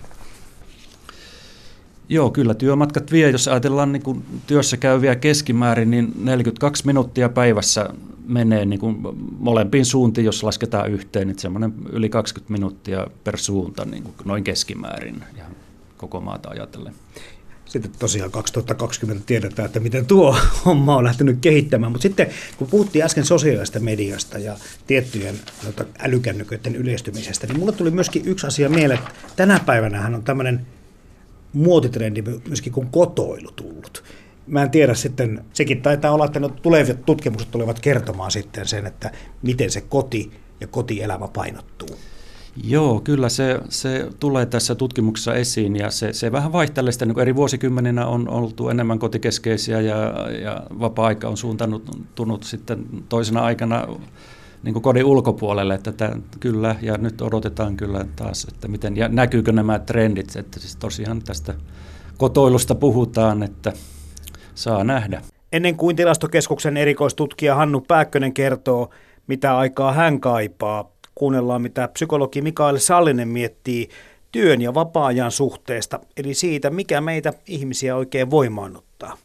Joo, kyllä työmatkat vie. Jos ajatellaan niin kuin työssä käyviä keskimäärin, niin 42 minuuttia päivässä menee niin kuin molempiin suuntiin, jos lasketaan yhteen. Että semmoinen yli 20 minuuttia per suunta niin kuin noin keskimäärin ihan koko maata ajatellen. Sitten tosiaan 2020 tiedetään, että miten tuo homma on lähtenyt kehittämään. Mutta sitten kun puhuttiin äsken sosiaalisesta mediasta ja tiettyjen älykännyköiden yleistymisestä, niin mulle tuli myöskin yksi asia mieleen. Tänä päivänähän on tämmöinen muotitrendi myöskin kuin kotoilu tullut. Mä en tiedä sitten, sekin taitaa olla, että tulevat tutkimukset tulevat kertomaan sitten sen, että miten se koti ja kotielämä painottuu. Joo, kyllä se tulee tässä tutkimuksessa esiin ja se vähän vaihtelee sitä, niin eri vuosikymmeninä on oltu enemmän kotikeskeisiä ja vapaa-aika on suuntautunut sitten toisena aikana niin kuin kodin ulkopuolelle, että kyllä, ja nyt odotetaan kyllä taas, että miten, ja näkyykö nämä trendit, että siis tosiaan tästä kotoilusta puhutaan, että saa nähdä. Ennen kuin Tilastokeskuksen erikoistutkija Hannu Pääkkönen kertoo, mitä aikaa hän kaipaa, kuunnellaan, mitä psykologi Mikael Sallinen miettii työn ja vapaa-ajan suhteesta, eli siitä, mikä meitä ihmisiä oikein voimaannuttaa.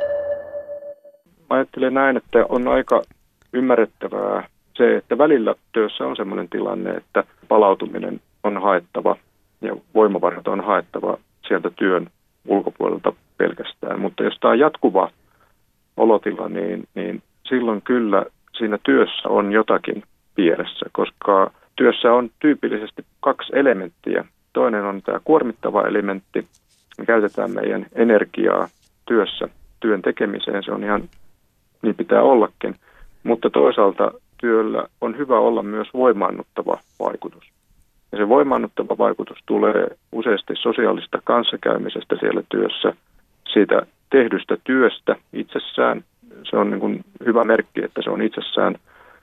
Ajattelen näin, että on aika ymmärrettävää se, että välillä työssä on sellainen tilanne, että palautuminen on haettava ja voimavarat on haettava sieltä työn ulkopuolelta pelkästään. Mutta jos tämä on jatkuva olotila, niin silloin kyllä siinä työssä on jotakin pielessä, koska työssä on tyypillisesti 2 elementtiä. Toinen on tämä kuormittava elementti. Me käytetään meidän energiaa työssä työn tekemiseen, se on ihan, niin pitää ollakin. Mutta toisaalta työllä on hyvä olla myös voimaannuttava vaikutus. Ja se voimaannuttava vaikutus tulee useasti sosiaalista kanssakäymisestä siellä työssä, siitä tehdystä työstä itsessään. Se on niin kuin hyvä merkki, että se on itsessään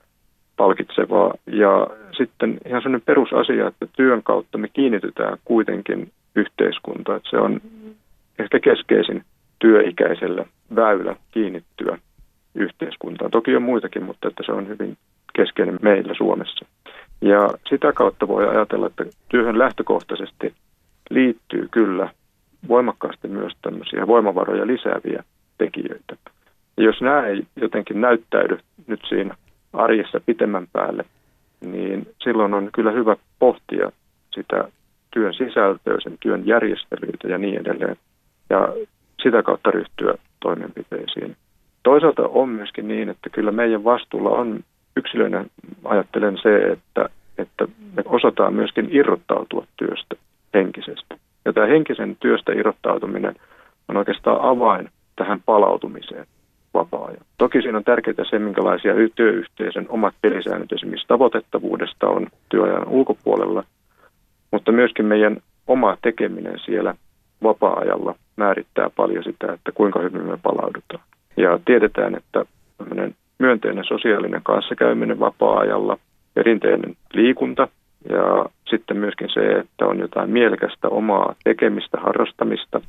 palkitsevaa. Ja sitten ihan sellainen perusasia, että työn kautta me kiinnitetään kuitenkin yhteiskuntaan. Että se on ehkä keskeisin työikäisellä väylä kiinnittyä yhteiskuntaan. Toki on muitakin, mutta että se on hyvin keskeinen meillä Suomessa. Ja sitä kautta voi ajatella, että työhön lähtökohtaisesti liittyy kyllä voimakkaasti myös tämmöisiä voimavaroja lisääviä tekijöitä. Ja jos nämä ei jotenkin näyttäydy nyt siinä arjessa pitemmän päälle, niin silloin on kyllä hyvä pohtia sitä työn sisältöä, sen työn järjestelyitä ja niin edelleen. Ja sitä kautta ryhtyä toimenpiteisiin. Toisaalta on myöskin niin, että kyllä meidän vastuulla on yksilönä, ajattelen se, että me osataan myöskin irrottautua työstä henkisesti. Ja tämä henkisen työstä irrottautuminen on oikeastaan avain tähän palautumiseen vapaa-ajan. Toki siinä on tärkeää se, minkälaisia työyhteisön omat pelisäännöt esimerkiksi tavoitettavuudesta on työajan ulkopuolella, mutta myöskin meidän oma tekeminen siellä vapaa-ajalla määrittää paljon sitä, että kuinka hyvin me palaudutaan. Ja tiedetään, että myönteinen sosiaalinen kanssakäyminen vapaa-ajalla, perinteinen liikunta ja sitten myöskin se, että on jotain mielekästä omaa tekemistä, harrastamista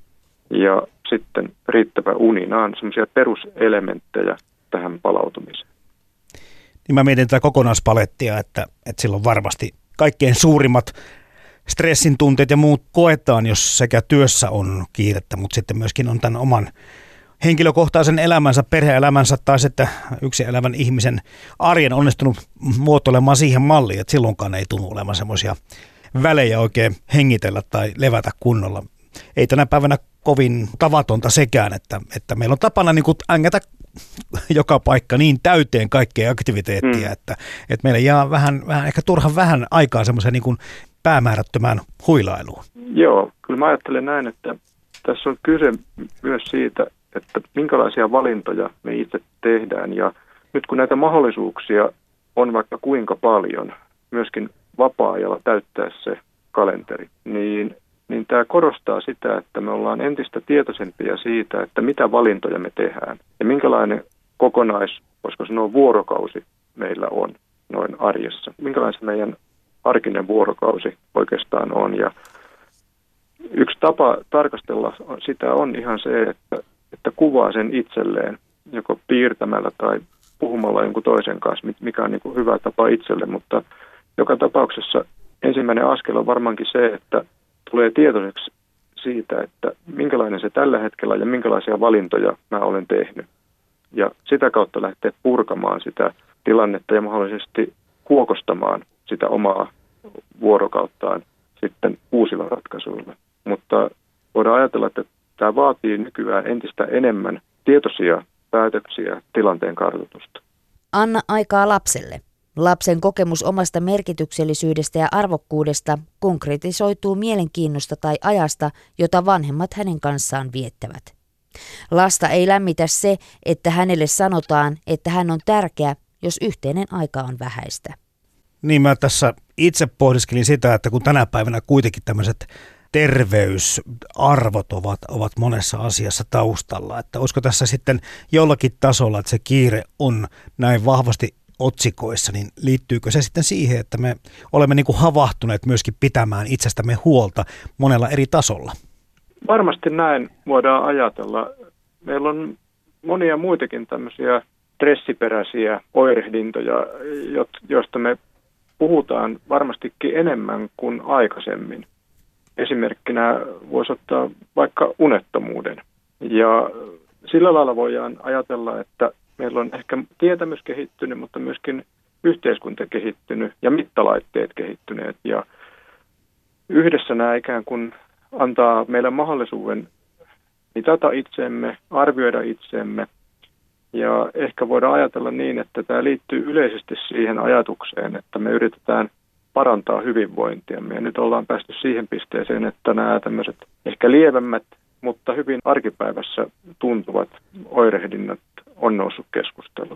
ja sitten riittävä uni. Nämä on semmoisia peruselementtejä tähän palautumiseen. Niin mä mietin tätä kokonaispalettia, että silloin varmasti kaikkein suurimmat stressin tunteet ja muut koetaan, jos sekä työssä on kiirettä, mutta sitten myöskin on tämän oman henkilökohtaisen elämänsä, perhe-elämänsä tai sitten yksin elävän ihmisen arjen onnistunut muotoilemaan siihen malliin, että silloinkaan ei tunnu olemaan semmoisia välejä oikein hengitellä tai levätä kunnolla. Ei tänä päivänä kovin tavatonta sekään, että meillä on tapana niin kuin ängätä joka paikka niin täyteen kaikkea aktiviteettia, että meillä jää vähän ehkä turhan vähän aikaa semmoiseen niin kuin päämäärättömään huilailuun. Joo, kyllä mä ajattelen näin, että tässä on kyse myös siitä, että minkälaisia valintoja me itse tehdään. Ja nyt kun näitä mahdollisuuksia on vaikka kuinka paljon, myöskin vapaa-ajalla täyttää se kalenteri, niin tämä korostaa sitä, että me ollaan entistä tietoisempia siitä, että mitä valintoja me tehdään ja minkälainen voisiko sanoa vuorokausi meillä on. noin arjessa. Minkälainen se meidän arkinen vuorokausi oikeastaan on. Ja yksi tapa tarkastella sitä on ihan se, että kuvaa sen itselleen, joko piirtämällä tai puhumalla jonkun toisen kanssa, mikä on niin kuin hyvä tapa itselle. Mutta joka tapauksessa ensimmäinen askel on varmaankin se, että tulee tietoiseksi siitä, että minkälainen se tällä hetkellä ja minkälaisia valintoja mä olen tehnyt. Ja sitä kautta lähtee purkamaan sitä tilannetta ja mahdollisesti huokostamaan sitä omaa vuorokauttaan sitten uusilla ratkaisuilla. Mutta voidaan ajatella, että tämä vaatii nykyään entistä enemmän tietoisia päätöksiä, tilanteen kartoitusta. Anna aikaa lapselle. Lapsen kokemus omasta merkityksellisyydestä ja arvokkuudesta konkretisoituu mielenkiinnosta tai ajasta, jota vanhemmat hänen kanssaan viettävät. Lasta ei lämmitä se, että hänelle sanotaan, että hän on tärkeä, jos yhteinen aika on vähäistä. Niin mä tässä itse pohdiskelin sitä, että kun tänä päivänä kuitenkin tämmöiset terveysarvot ovat monessa asiassa taustalla, että olisiko tässä sitten jollakin tasolla, että se kiire on näin vahvasti otsikoissa, niin liittyykö se sitten siihen, että me olemme niin kuin havahtuneet myöskin pitämään itsestämme huolta monella eri tasolla? Varmasti näin voidaan ajatella. Meillä on monia muitakin tämmöisiä stressiperäisiä oirehdintoja, joista me puhutaan varmastikin enemmän kuin aikaisemmin. Esimerkkinä voisi ottaa vaikka unettomuuden. Ja sillä lailla voidaan ajatella, että meillä on ehkä tietämys kehittynyt, mutta myöskin yhteiskunta kehittynyt ja mittalaitteet kehittyneet. Ja yhdessä nämä ikään kuin antaa meille mahdollisuuden mitata itseemme, arvioida itseemme. Ja ehkä voidaan ajatella niin, että tämä liittyy yleisesti siihen ajatukseen, että me yritetään parantaa hyvinvointiamme. Ja nyt ollaan päästy siihen pisteeseen, että nämä tämmöiset ehkä lievemmät, mutta hyvin arkipäivässä tuntuvat oirehdinnat on noussut keskusteluun.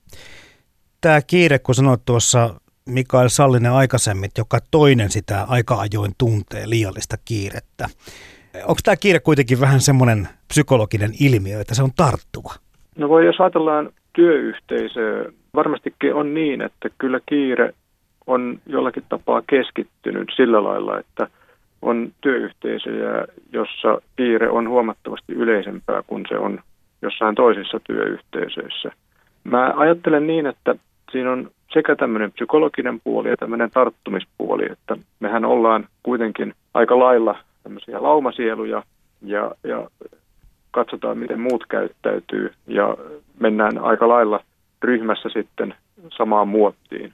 Tämä kiire, kun sanoit tuossa Mikael Sallinen aikaisemmin, että joka toinen sitä aika ajoin tuntee liiallista kiirettä. Onko tämä kiire kuitenkin vähän semmoinen psykologinen ilmiö, että se on tarttuva? No jos ajatellaan työyhteisöä, varmastikin on niin, että kyllä kiire on jollakin tapaa keskittynyt sillä lailla, että on työyhteisöjä, jossa kiire on huomattavasti yleisempää kuin se on jossain toisissa työyhteisöissä. Mä ajattelen niin, että siinä on sekä tämmöinen psykologinen puoli ja tämmöinen tarttumispuoli, että mehän ollaan kuitenkin aika lailla tämmöisiä laumasieluja ja katsotaan, miten muut käyttäytyy ja mennään aika lailla ryhmässä sitten samaan muottiin.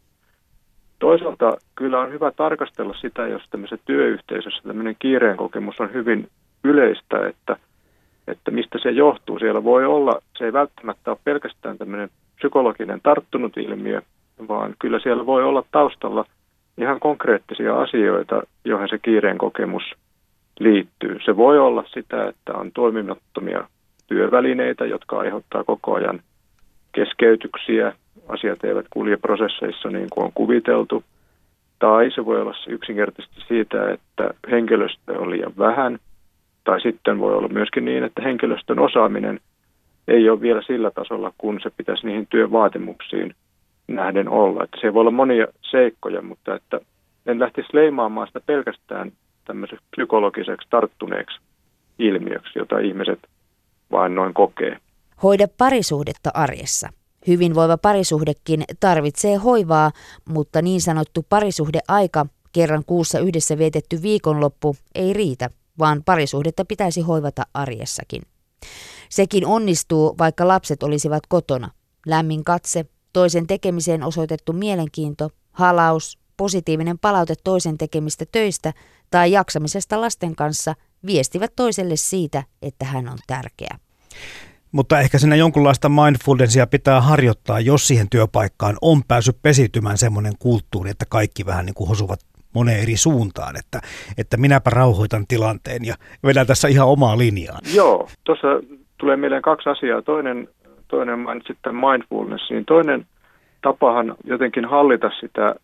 Toisaalta kyllä on hyvä tarkastella sitä, jos tämmöisessä työyhteisössä tämmöinen kiireen kokemus on hyvin yleistä, että mistä se johtuu. Siellä voi olla, se ei välttämättä ole pelkästään tämmöinen psykologinen tarttunut ilmiö, vaan kyllä siellä voi olla taustalla ihan konkreettisia asioita, joihin se kiireen kokemus liittyy. Se voi olla sitä, että on toimimattomia työvälineitä, jotka aiheuttaa koko ajan keskeytyksiä. Asiat eivät kulje prosesseissa niin kuin on kuviteltu. Tai se voi olla yksinkertaisesti siitä, että henkilöstö on liian vähän. Tai sitten voi olla myöskin niin, että henkilöstön osaaminen ei ole vielä sillä tasolla, kun se pitäisi niihin työvaatimuksiin nähden olla. Että se voi olla monia seikkoja, mutta että en lähtisi leimaamaan sitä pelkästään tämmöiseksi psykologiseksi tarttuneeksi ilmiöksi, jota ihmiset vain noin kokee. Hoida parisuhdetta arjessa. Hyvinvoiva parisuhdekin tarvitsee hoivaa, mutta niin sanottu parisuhdeaika, kerran kuussa yhdessä vietetty viikonloppu, ei riitä, vaan parisuhdetta pitäisi hoivata arjessakin. Sekin onnistuu, vaikka lapset olisivat kotona. Lämmin katse, toisen tekemiseen osoitettu mielenkiinto, halaus, positiivinen palaute toisen tekemistä töistä tai jaksamisesta lasten kanssa viestivät toiselle siitä, että hän on tärkeä. Mutta ehkä siinä jonkunlaista mindfulnessia pitää harjoittaa, jos siihen työpaikkaan on päässyt pesiytymään semmoinen kulttuuri, että kaikki vähän niin kuin hosuvat moneen eri suuntaan, että minäpä rauhoitan tilanteen ja vedän tässä ihan omaa linjaan. Joo, tuossa tulee mieleen kaksi asiaa. Toinen mainitsit tämän mindfulnessin. Toinen tapahan jotenkin hallita sitä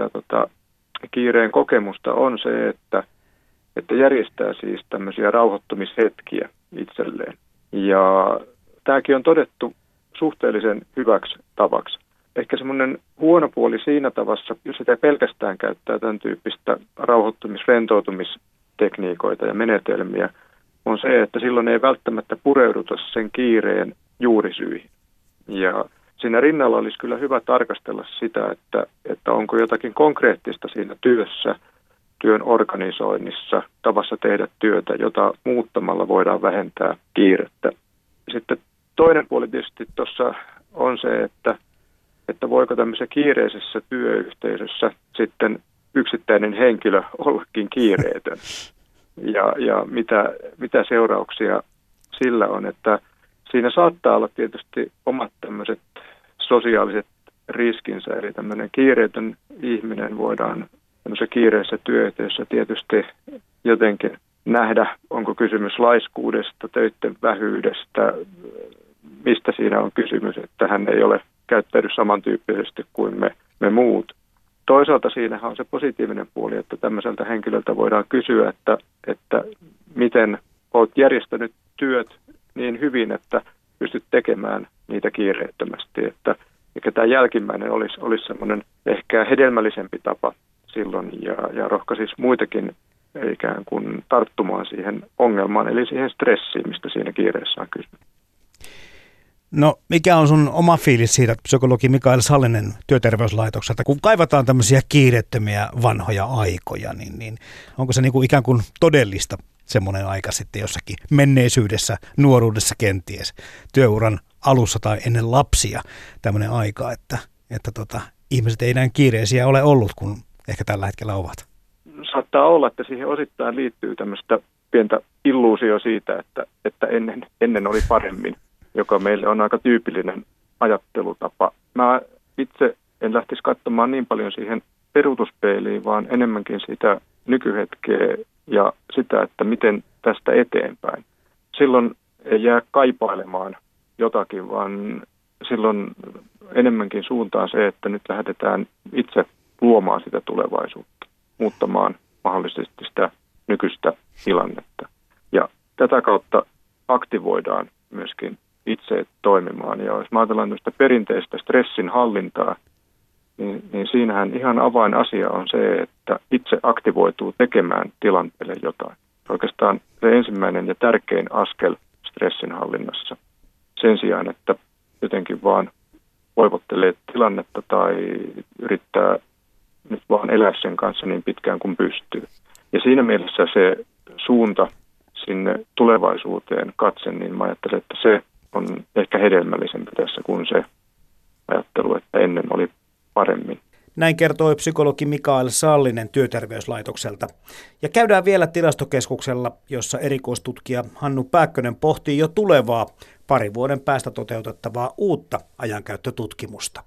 kiireen kokemusta on se, että järjestää siis tämmöisiä rauhoittumishetkiä itselleen. Ja tämäkin on todettu suhteellisen hyväksi tavaksi. ehkä semmoinen huono puoli siinä tavassa, jos sitä pelkästään käyttää tämän tyyppistä rauhoittumis-rentoutumistekniikoita ja menetelmiä, on se, että silloin ei välttämättä pureuduta sen kiireen juurisyihin. Ja siinä rinnalla olisi kyllä hyvä tarkastella sitä, että onko jotakin konkreettista siinä työssä, työn organisoinnissa, tavassa tehdä työtä, jota muuttamalla voidaan vähentää kiirettä. Sitten toinen puoli tietysti tuossa on se, että voiko tämmöisessä kiireisessä työyhteisössä sitten yksittäinen henkilö ollakin kiireetön. Ja mitä seurauksia sillä on, että siinä saattaa olla tietysti omat tämmöiset sosiaaliset riskinsä, eli tämmöinen kiireetön ihminen voidaan tämmöisessä kiireisessä työyhteisössä tietysti jotenkin nähdä, onko kysymys laiskuudesta, töiden vähyydestä, mistä siinä on kysymys, että hän ei ole käyttäydy samantyyppisesti kuin me muut. Toisaalta siinähän on se positiivinen puoli, että tämmöiseltä henkilöltä voidaan kysyä, että miten olet järjestänyt työt niin hyvin, että pystyt tekemään niitä kiireettömästi. Että tämä jälkimmäinen olisi semmoinen ehkä hedelmällisempi tapa silloin ja rohkaisisi muitakin ikään kuin tarttumaan siihen ongelmaan, eli siihen stressiin, mistä siinä kiireessä on kysymys. No, mikä on sun oma fiilis siitä, psykologi Mikael Sallinen Työterveyslaitokselta? Kun kaivataan tämmöisiä kiireettömiä vanhoja aikoja, niin onko se niinku ikään kuin todellista semmoinen aika sitten jossakin menneisyydessä, nuoruudessa kenties, työuran alussa tai ennen lapsia tämmöinen aika, että ihmiset ei näin kiireisiä ole ollut, kun ehkä tällä hetkellä ovat? Saattaa olla, että siihen osittain liittyy tämmöistä pientä illuusio siitä, että ennen oli paremmin, joka meille on aika tyypillinen ajattelutapa. Mä itse en lähtisi katsomaan niin paljon siihen peruutuspeiliin, vaan enemmänkin sitä nykyhetkeä ja sitä, että miten tästä eteenpäin. Silloin ei jää kaipailemaan jotakin, vaan silloin enemmänkin suuntaan se, että nyt lähdetään itse luomaan sitä tulevaisuutta, muuttamaan mahdollisesti sitä nykyistä tilannetta. Ja tätä kautta aktivoidaan myöskin itse toimimaan. Ja jos ajatellaan tästä perinteistä stressin hallintaa, niin siinähän ihan avainasia on se, että itse aktivoituu tekemään tilanteelle jotain. Oikeastaan se ensimmäinen ja tärkein askel stressin hallinnassa. Sen sijaan, että jotenkin vaan voivottelee tilannetta tai yrittää nyt vaan elää sen kanssa niin pitkään kuin pystyy. Ja siinä mielessä se suunta sinne tulevaisuuteen katse, niin mä ajattelen, että se on ehkä hedelmällisempi tässä kuin se ajattelu, että ennen oli paremmin. Näin kertoi psykologi Mikael Sallinen Työterveyslaitokselta. Ja käydään vielä Tilastokeskuksella, jossa erikoistutkija Hannu Pääkkönen pohtii jo tulevaa 2 vuoden päästä toteutettavaa uutta ajankäyttötutkimusta.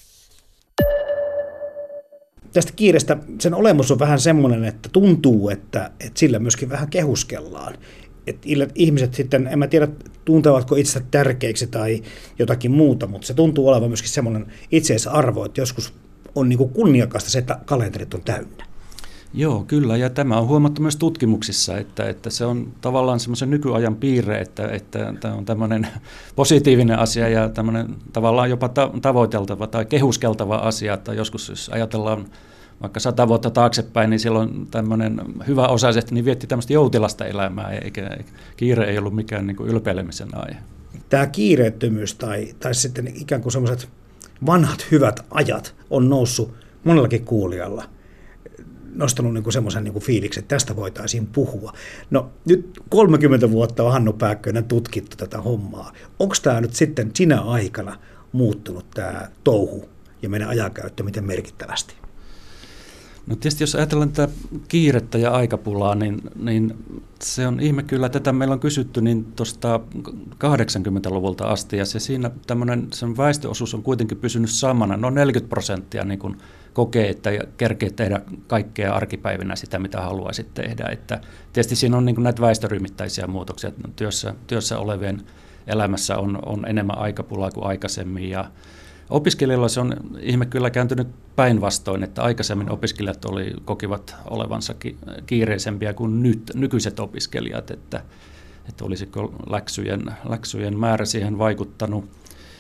Tästä kiireestä sen olemus on vähän semmoinen, että tuntuu, että sillä myöskin vähän kehuskellaan. Että ihmiset sitten, en mä tiedä tuntevatko itse tärkeiksi tai jotakin muuta, mutta se tuntuu olevan myöskin semmoinen itseisarvo, että joskus on niin kuin kunniakasta se, että kalenterit on täynnä. Joo, kyllä, ja tämä on huomattu myös tutkimuksissa, että se on tavallaan semmoisen nykyajan piirre, että tämä on tämmöinen positiivinen asia ja tämmöinen tavallaan jopa tavoiteltava tai kehuskeltava asia, että joskus jos ajatellaan vaikka 100 vuotta taaksepäin, niin silloin tämmöinen hyväosaiset niin vietti tämmöistä joutilasta elämää, eikä kiire ei ollut mikään niin kuin ylpeilemisen aihe. Tämä kiireettömyys tai sitten ikään kuin semmoiset vanhat hyvät ajat on noussut monellakin kuulijalla, nostanut niin kuin semmoisen niin kuin fiiliksen, että tästä voitaisiin puhua. No nyt 30 vuotta on Hannu Pääkkönen tutkittu tätä hommaa. Onko tämä nyt sitten sinä aikana muuttunut tämä touhu ja meidän ajankäyttö miten merkittävästi? No tietysti jos ajatellaan tätä kiirettä ja aikapulaa, niin se on ihme kyllä, tätä meillä on kysytty niin tuosta 80-luvulta asti, ja siinä tämmöinen sen väestöosuus on kuitenkin pysynyt samana, noin 40% niin kuin kokee, että kerkee tehdä kaikkea arkipäivinä sitä, mitä haluaisit tehdä. Että tietysti siinä on niin kuin näitä väestöryhmittäisiä muutoksia, työssä olevien elämässä on enemmän aikapulaa kuin aikaisemmin, ja opiskelijoilla se on ihme kyllä kääntynyt päinvastoin, että aikaisemmin opiskelijat kokivat olevansa kiireisempiä kuin nykyiset opiskelijat, että olisiko läksyjen määrä siihen vaikuttanut.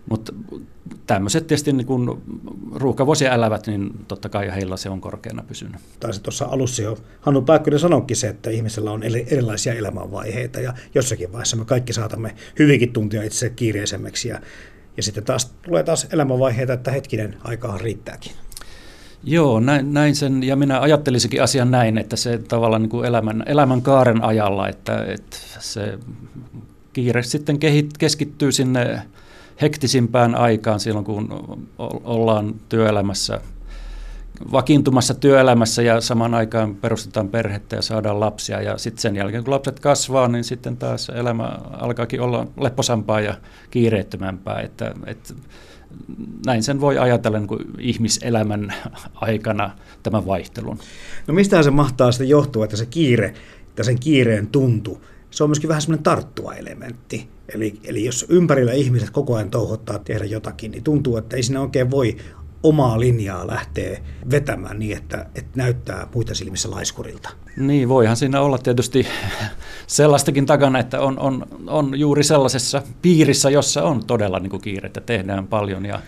Mutta tämmöiset tietysti niin kun ruuhkavuosia elävät, niin totta kai heillä se on korkeana pysynyt. Taisi tuossa alussa jo Hannu Pääkkönen sanoikin se, että ihmisellä on erilaisia elämänvaiheita ja jossakin vaiheessa me kaikki saatamme hyvinkin tuntia itse kiireisemmäksi ja sitten taas tulee taas elämänvaiheita, että hetkinen, aikaa riittääkin. Joo, näin sen, ja minä ajattelisikin asian näin, että se tavallaan niin kuin elämän kaaren ajalla, että se kiire sitten keskittyy sinne hektisimpään aikaan silloin, kun ollaan työelämässä, vakiintumassa työelämässä ja samaan aikaan perustetaan perhettä ja saadaan lapsia. Ja sitten sen jälkeen, kun lapset kasvaa, niin sitten taas elämä alkaakin olla lepposampaa ja kiireettömämpää. Että näin sen voi ajatella niin kuin ihmiselämän aikana tämän vaihtelun. No mistähän se mahtaa sitten johtua, että se kiire ja sen kiireen tuntu, se on myöskin vähän semmoinen tarttuva elementti. Eli jos ympärillä ihmiset koko ajan touhottaa tehdä jotakin, niin tuntuu, että ei siinä oikein voi omaa linjaa lähteä vetämään niin, että näyttää muita silmissä laiskurilta. Niin, voihan siinä olla tietysti sellaistakin takana, että on juuri sellaisessa piirissä, jossa on todella niin kuin kiire, että tehdään paljon ja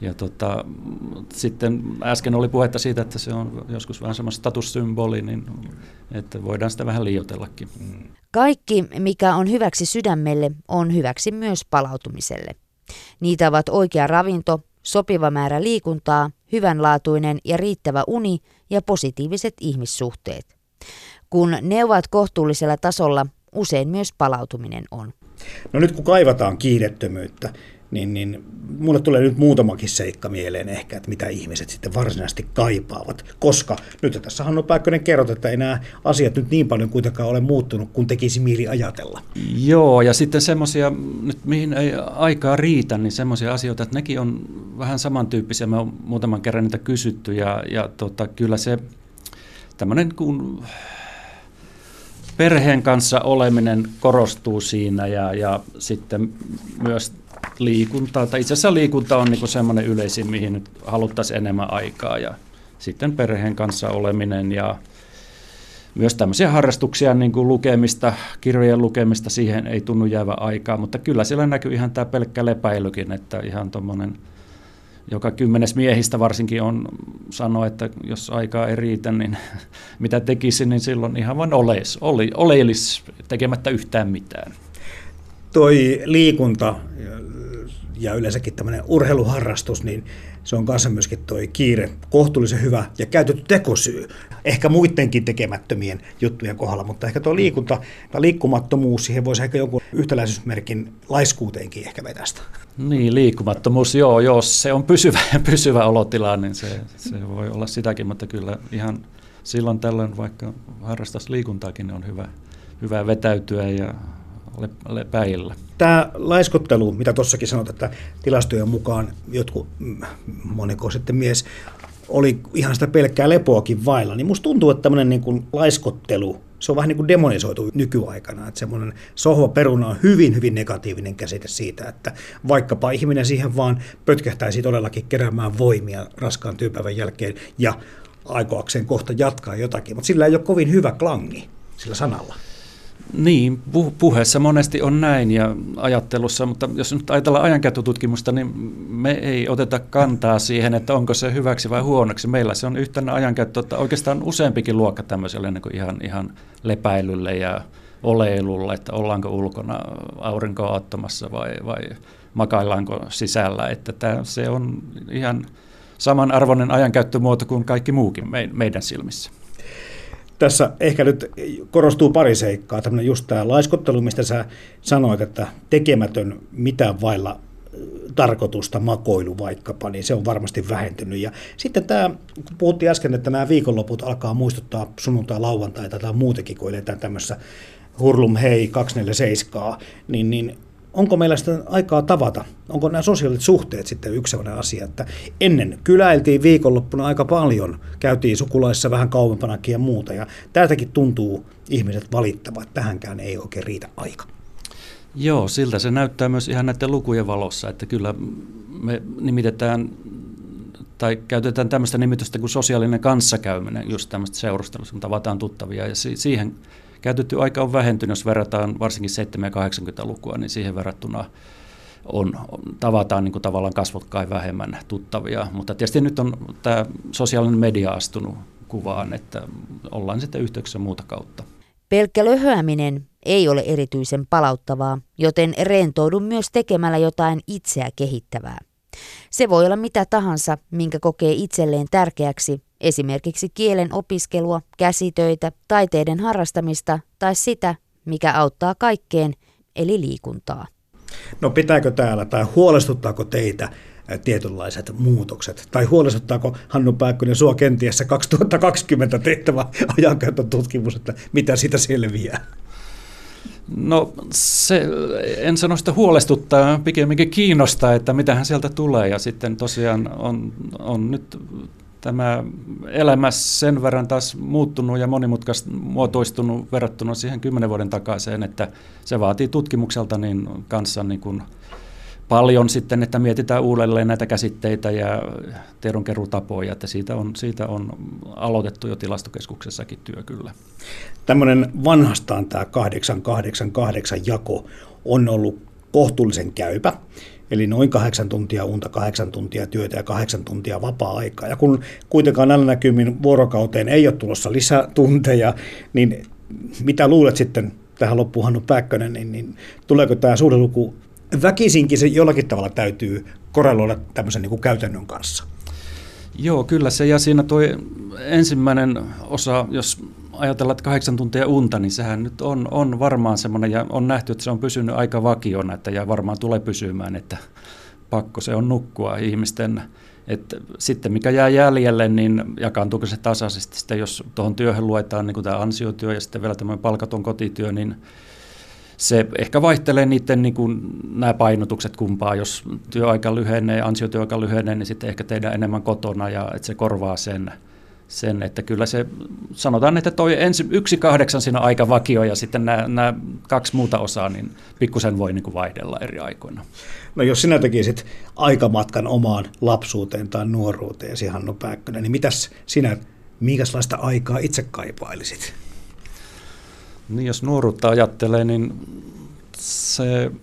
sitten äsken oli puhetta siitä, että se on joskus vähän semmoinen statussymboli, niin että voidaan sitä vähän liioitellakin. Kaikki, mikä on hyväksi sydämelle, on hyväksi myös palautumiselle. Niitä ovat oikea ravinto, sopiva määrä liikuntaa, hyvänlaatuinen ja riittävä uni ja positiiviset ihmissuhteet. Kun ne ovat kohtuullisella tasolla, usein myös palautuminen on. No nyt kun kaivataan kiirettömyyttä, niin mulle tulee nyt muutamakin seikka mieleen ehkä, että mitä ihmiset sitten varsinaisesti kaipaavat. Koska nyt tässä Hannu Pääkkönen kerrot, että ei nämä asiat nyt niin paljon kuitenkaan ole muuttunut, kun tekisi mieli ajatella. Joo, ja sitten semmoisia, nyt mihin ei aikaa riitä, niin semmoisia asioita, että nekin on vähän samantyyppisiä. Me on muutaman kerran niitä kysytty, ja kyllä se tämmöinen kun perheen kanssa oleminen korostuu siinä, ja sitten myös liikuntaa, tai itse asiassa liikunta on niin semmoinen yleisin, mihin nyt haluttaisiin enemmän aikaa, ja sitten perheen kanssa oleminen ja myös tämmöisiä harrastuksia, niin kuin lukemista, kirjojen lukemista, siihen ei tunnu jäävä aikaa, mutta kyllä siellä näkyy ihan tämä pelkkä lepäilykin, että ihan tuommoinen, joka 10 miehistä varsinkin sanoo, että jos aikaa ei riitä, niin mitä tekisi, niin silloin ihan vain oleilisi tekemättä yhtään mitään. Toi liikunta ja yleensäkin tämmöinen urheiluharrastus, niin se on kanssa myöskin toi kiire kohtuullisen hyvä ja käytetty tekosyy. Ehkä muidenkin tekemättömien juttujen kohdalla, mutta ehkä tuo liikunta ja liikkumattomuus, siihen voisi ehkä jonkun yhtäläisyysmerkin laiskuuteenkin ehkä vetästä. Niin, liikkumattomuus, joo, jos se on pysyvä olotila, niin se voi olla sitäkin, mutta kyllä ihan silloin tällöin, vaikka harrastaisi liikuntaakin, niin on hyvä vetäytyä ja lepäillä. Tämä laiskottelu, mitä tuossakin sanot, että tilastojen mukaan jotkut moniko sitten mies oli ihan sitä pelkkää lepoakin vailla, niin musta tuntuu, että tämmöinen niin kuin laiskottelu, se on vähän niin kuin demonisoitu nykyaikana, että semmoinen sohvaperuna on hyvin, hyvin negatiivinen käsite siitä, että vaikkapa ihminen siihen vaan pötkähtäisi todellakin keräämään voimia raskaan työpäivän jälkeen ja aikoakseen kohta jatkaa jotakin, mutta sillä ei ole kovin hyvä klangi sillä sanalla. Niin, puheessa monesti on näin ja ajattelussa, mutta jos nyt ajatellaan ajankäyttötutkimusta, niin me ei oteta kantaa siihen, että onko se hyväksi vai huonoksi. Meillä se on yhtenä ajankäyttö, että oikeastaan useampikin luokka tämmöiselle niin kuin ihan lepäilylle ja oleilulle, että ollaanko ulkona aurinkoa ottamassa vai makaillaanko sisällä. Että se on ihan samanarvoinen ajankäyttömuoto kuin kaikki muukin meidän silmissä. Tässä ehkä nyt korostuu pari seikkaa, tämmöinen just tämä laiskottelu, mistä sä sanoit, että tekemätön mitään vailla tarkoitusta, makoilu vaikkapa, niin se on varmasti vähentynyt. Ja sitten tämä, kun puhuttiin äsken, että nämä viikonloput alkaa muistuttaa sunnuntai, lauantaita tai muutenkin, kun eletään tämmöisessä hurlum hei 247, niin onko meillä sitten aikaa tavata? Onko nämä sosiaaliset suhteet sitten yksi sellainen asia, että ennen kyläiltiin viikonloppuna aika paljon, käytiin sukulaissa vähän kauempanakin ja muuta, ja täältäkin tuntuu ihmiset valittavat, että tähänkään ei oikein riitä aika. Joo, siltä se näyttää myös ihan näiden lukujen valossa, että kyllä me nimitetään tai käytetään tämmöistä nimitystä kuin sosiaalinen kanssakäyminen, just tämmöistä seurustelussa, kun tavataan tuttavia, ja siihen käytetty aika on vähentynyt, jos verrataan varsinkin 70- ja 80-lukua, niin siihen verrattuna tavataan niin kuin tavallaan kasvokkain vähemmän tuttavia. Mutta tietysti nyt on tämä sosiaalinen media astunut kuvaan, että ollaan sitten yhteyksissä muuta kautta. Pelkkä löhöäminen ei ole erityisen palauttavaa, joten rentoudun myös tekemällä jotain itseä kehittävää. Se voi olla mitä tahansa, minkä kokee itselleen tärkeäksi, esimerkiksi kielen opiskelua, käsitöitä, taiteiden harrastamista tai sitä, mikä auttaa kaikkeen, eli liikuntaa. No pitääkö täällä tai huolestuttaako teitä tietynlaiset muutokset? Tai huolestuttaako, Hannu Pääkkönen, sua kenties 2020 tehtävä ajankäyttötutkimus, että mitä siitä selviää? No en sano sitä huolestuttaa, pikemminkin kiinnostaa, että mitähän sieltä tulee. Ja sitten tosiaan on nyt tämä elämä sen verran taas muuttunut ja muotoistunut verrattuna siihen 10 vuoden takaiseen, että se vaatii tutkimukselta niin kanssa niin kuin paljon sitten, että mietitään uudelleen näitä käsitteitä ja tiedonkeruutapoja, että siitä on aloitettu jo Tilastokeskuksessakin työ kyllä. Tämmöinen vanhastaan tämä 8-8-8 jako on ollut kohtuullisen käypä, eli noin 8 tuntia unta, 8 tuntia työtä ja 8 tuntia vapaa-aikaa. Ja kun kuitenkaan näillä näkymin vuorokauteen ei ole tulossa lisätunteja, niin mitä luulet sitten tähän loppuun, Hannu Pääkkönen, niin tuleeko tämä suhdeluku väkisinkin se jollakin tavalla täytyy korreloida tämmöisen niin kuin käytännön kanssa? Joo, kyllä se. Ja siinä tuo ensimmäinen osa, jos ajatellaan, että 8 tuntia unta, niin sehän nyt on varmaan semmoinen, ja on nähty, että se on pysynyt aika vakiona, ja varmaan tulee pysymään, että pakko se on nukkua ihmisten. Että sitten mikä jää jäljelle, niin jakaantuuko se tasaisesti. Sitten jos tuohon työhön luetaan niin kuin tämä ansiotyö ja sitten vielä tämmöinen palkaton kotityö, niin se ehkä vaihtelee niiden niin kuin nämä painotukset kumpaa. Jos työaika lyhenee, ansiotyöaika lyhenee, niin sitten ehkä tehdään enemmän kotona ja että se korvaa sen, että kyllä se, sanotaan, että toi 1/8 siinä on aika vakio ja sitten nämä 2 muuta osaa, niin pikkusen voi niin kuin vaihdella eri aikoina. No jos sinä tekisit aikamatkan omaan lapsuuteen tai nuoruuteesi, Hannu Pääkkönen, niin mitäs sinä, minkälaista aikaa itse kaipailisit? Niin jos nuoruutta ajattelee, niin se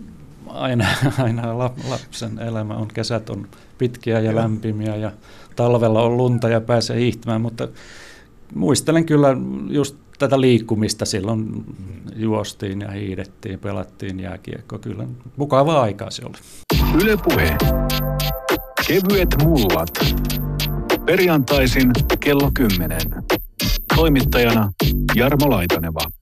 aina lapsen elämä on, kesät on pitkiä ja lämpimiä ja talvella on lunta ja pääsee hiihtämään, mutta muistelen kyllä just tätä liikkumista, silloin juostiin ja hiihdettiin, pelattiin jääkiekkoa, kyllä mukavaa aikaa se oli. Yle Puhe. Kevyet mullat. Perjantaisin kello 10. Toimittajana Jarmo Laitaneva.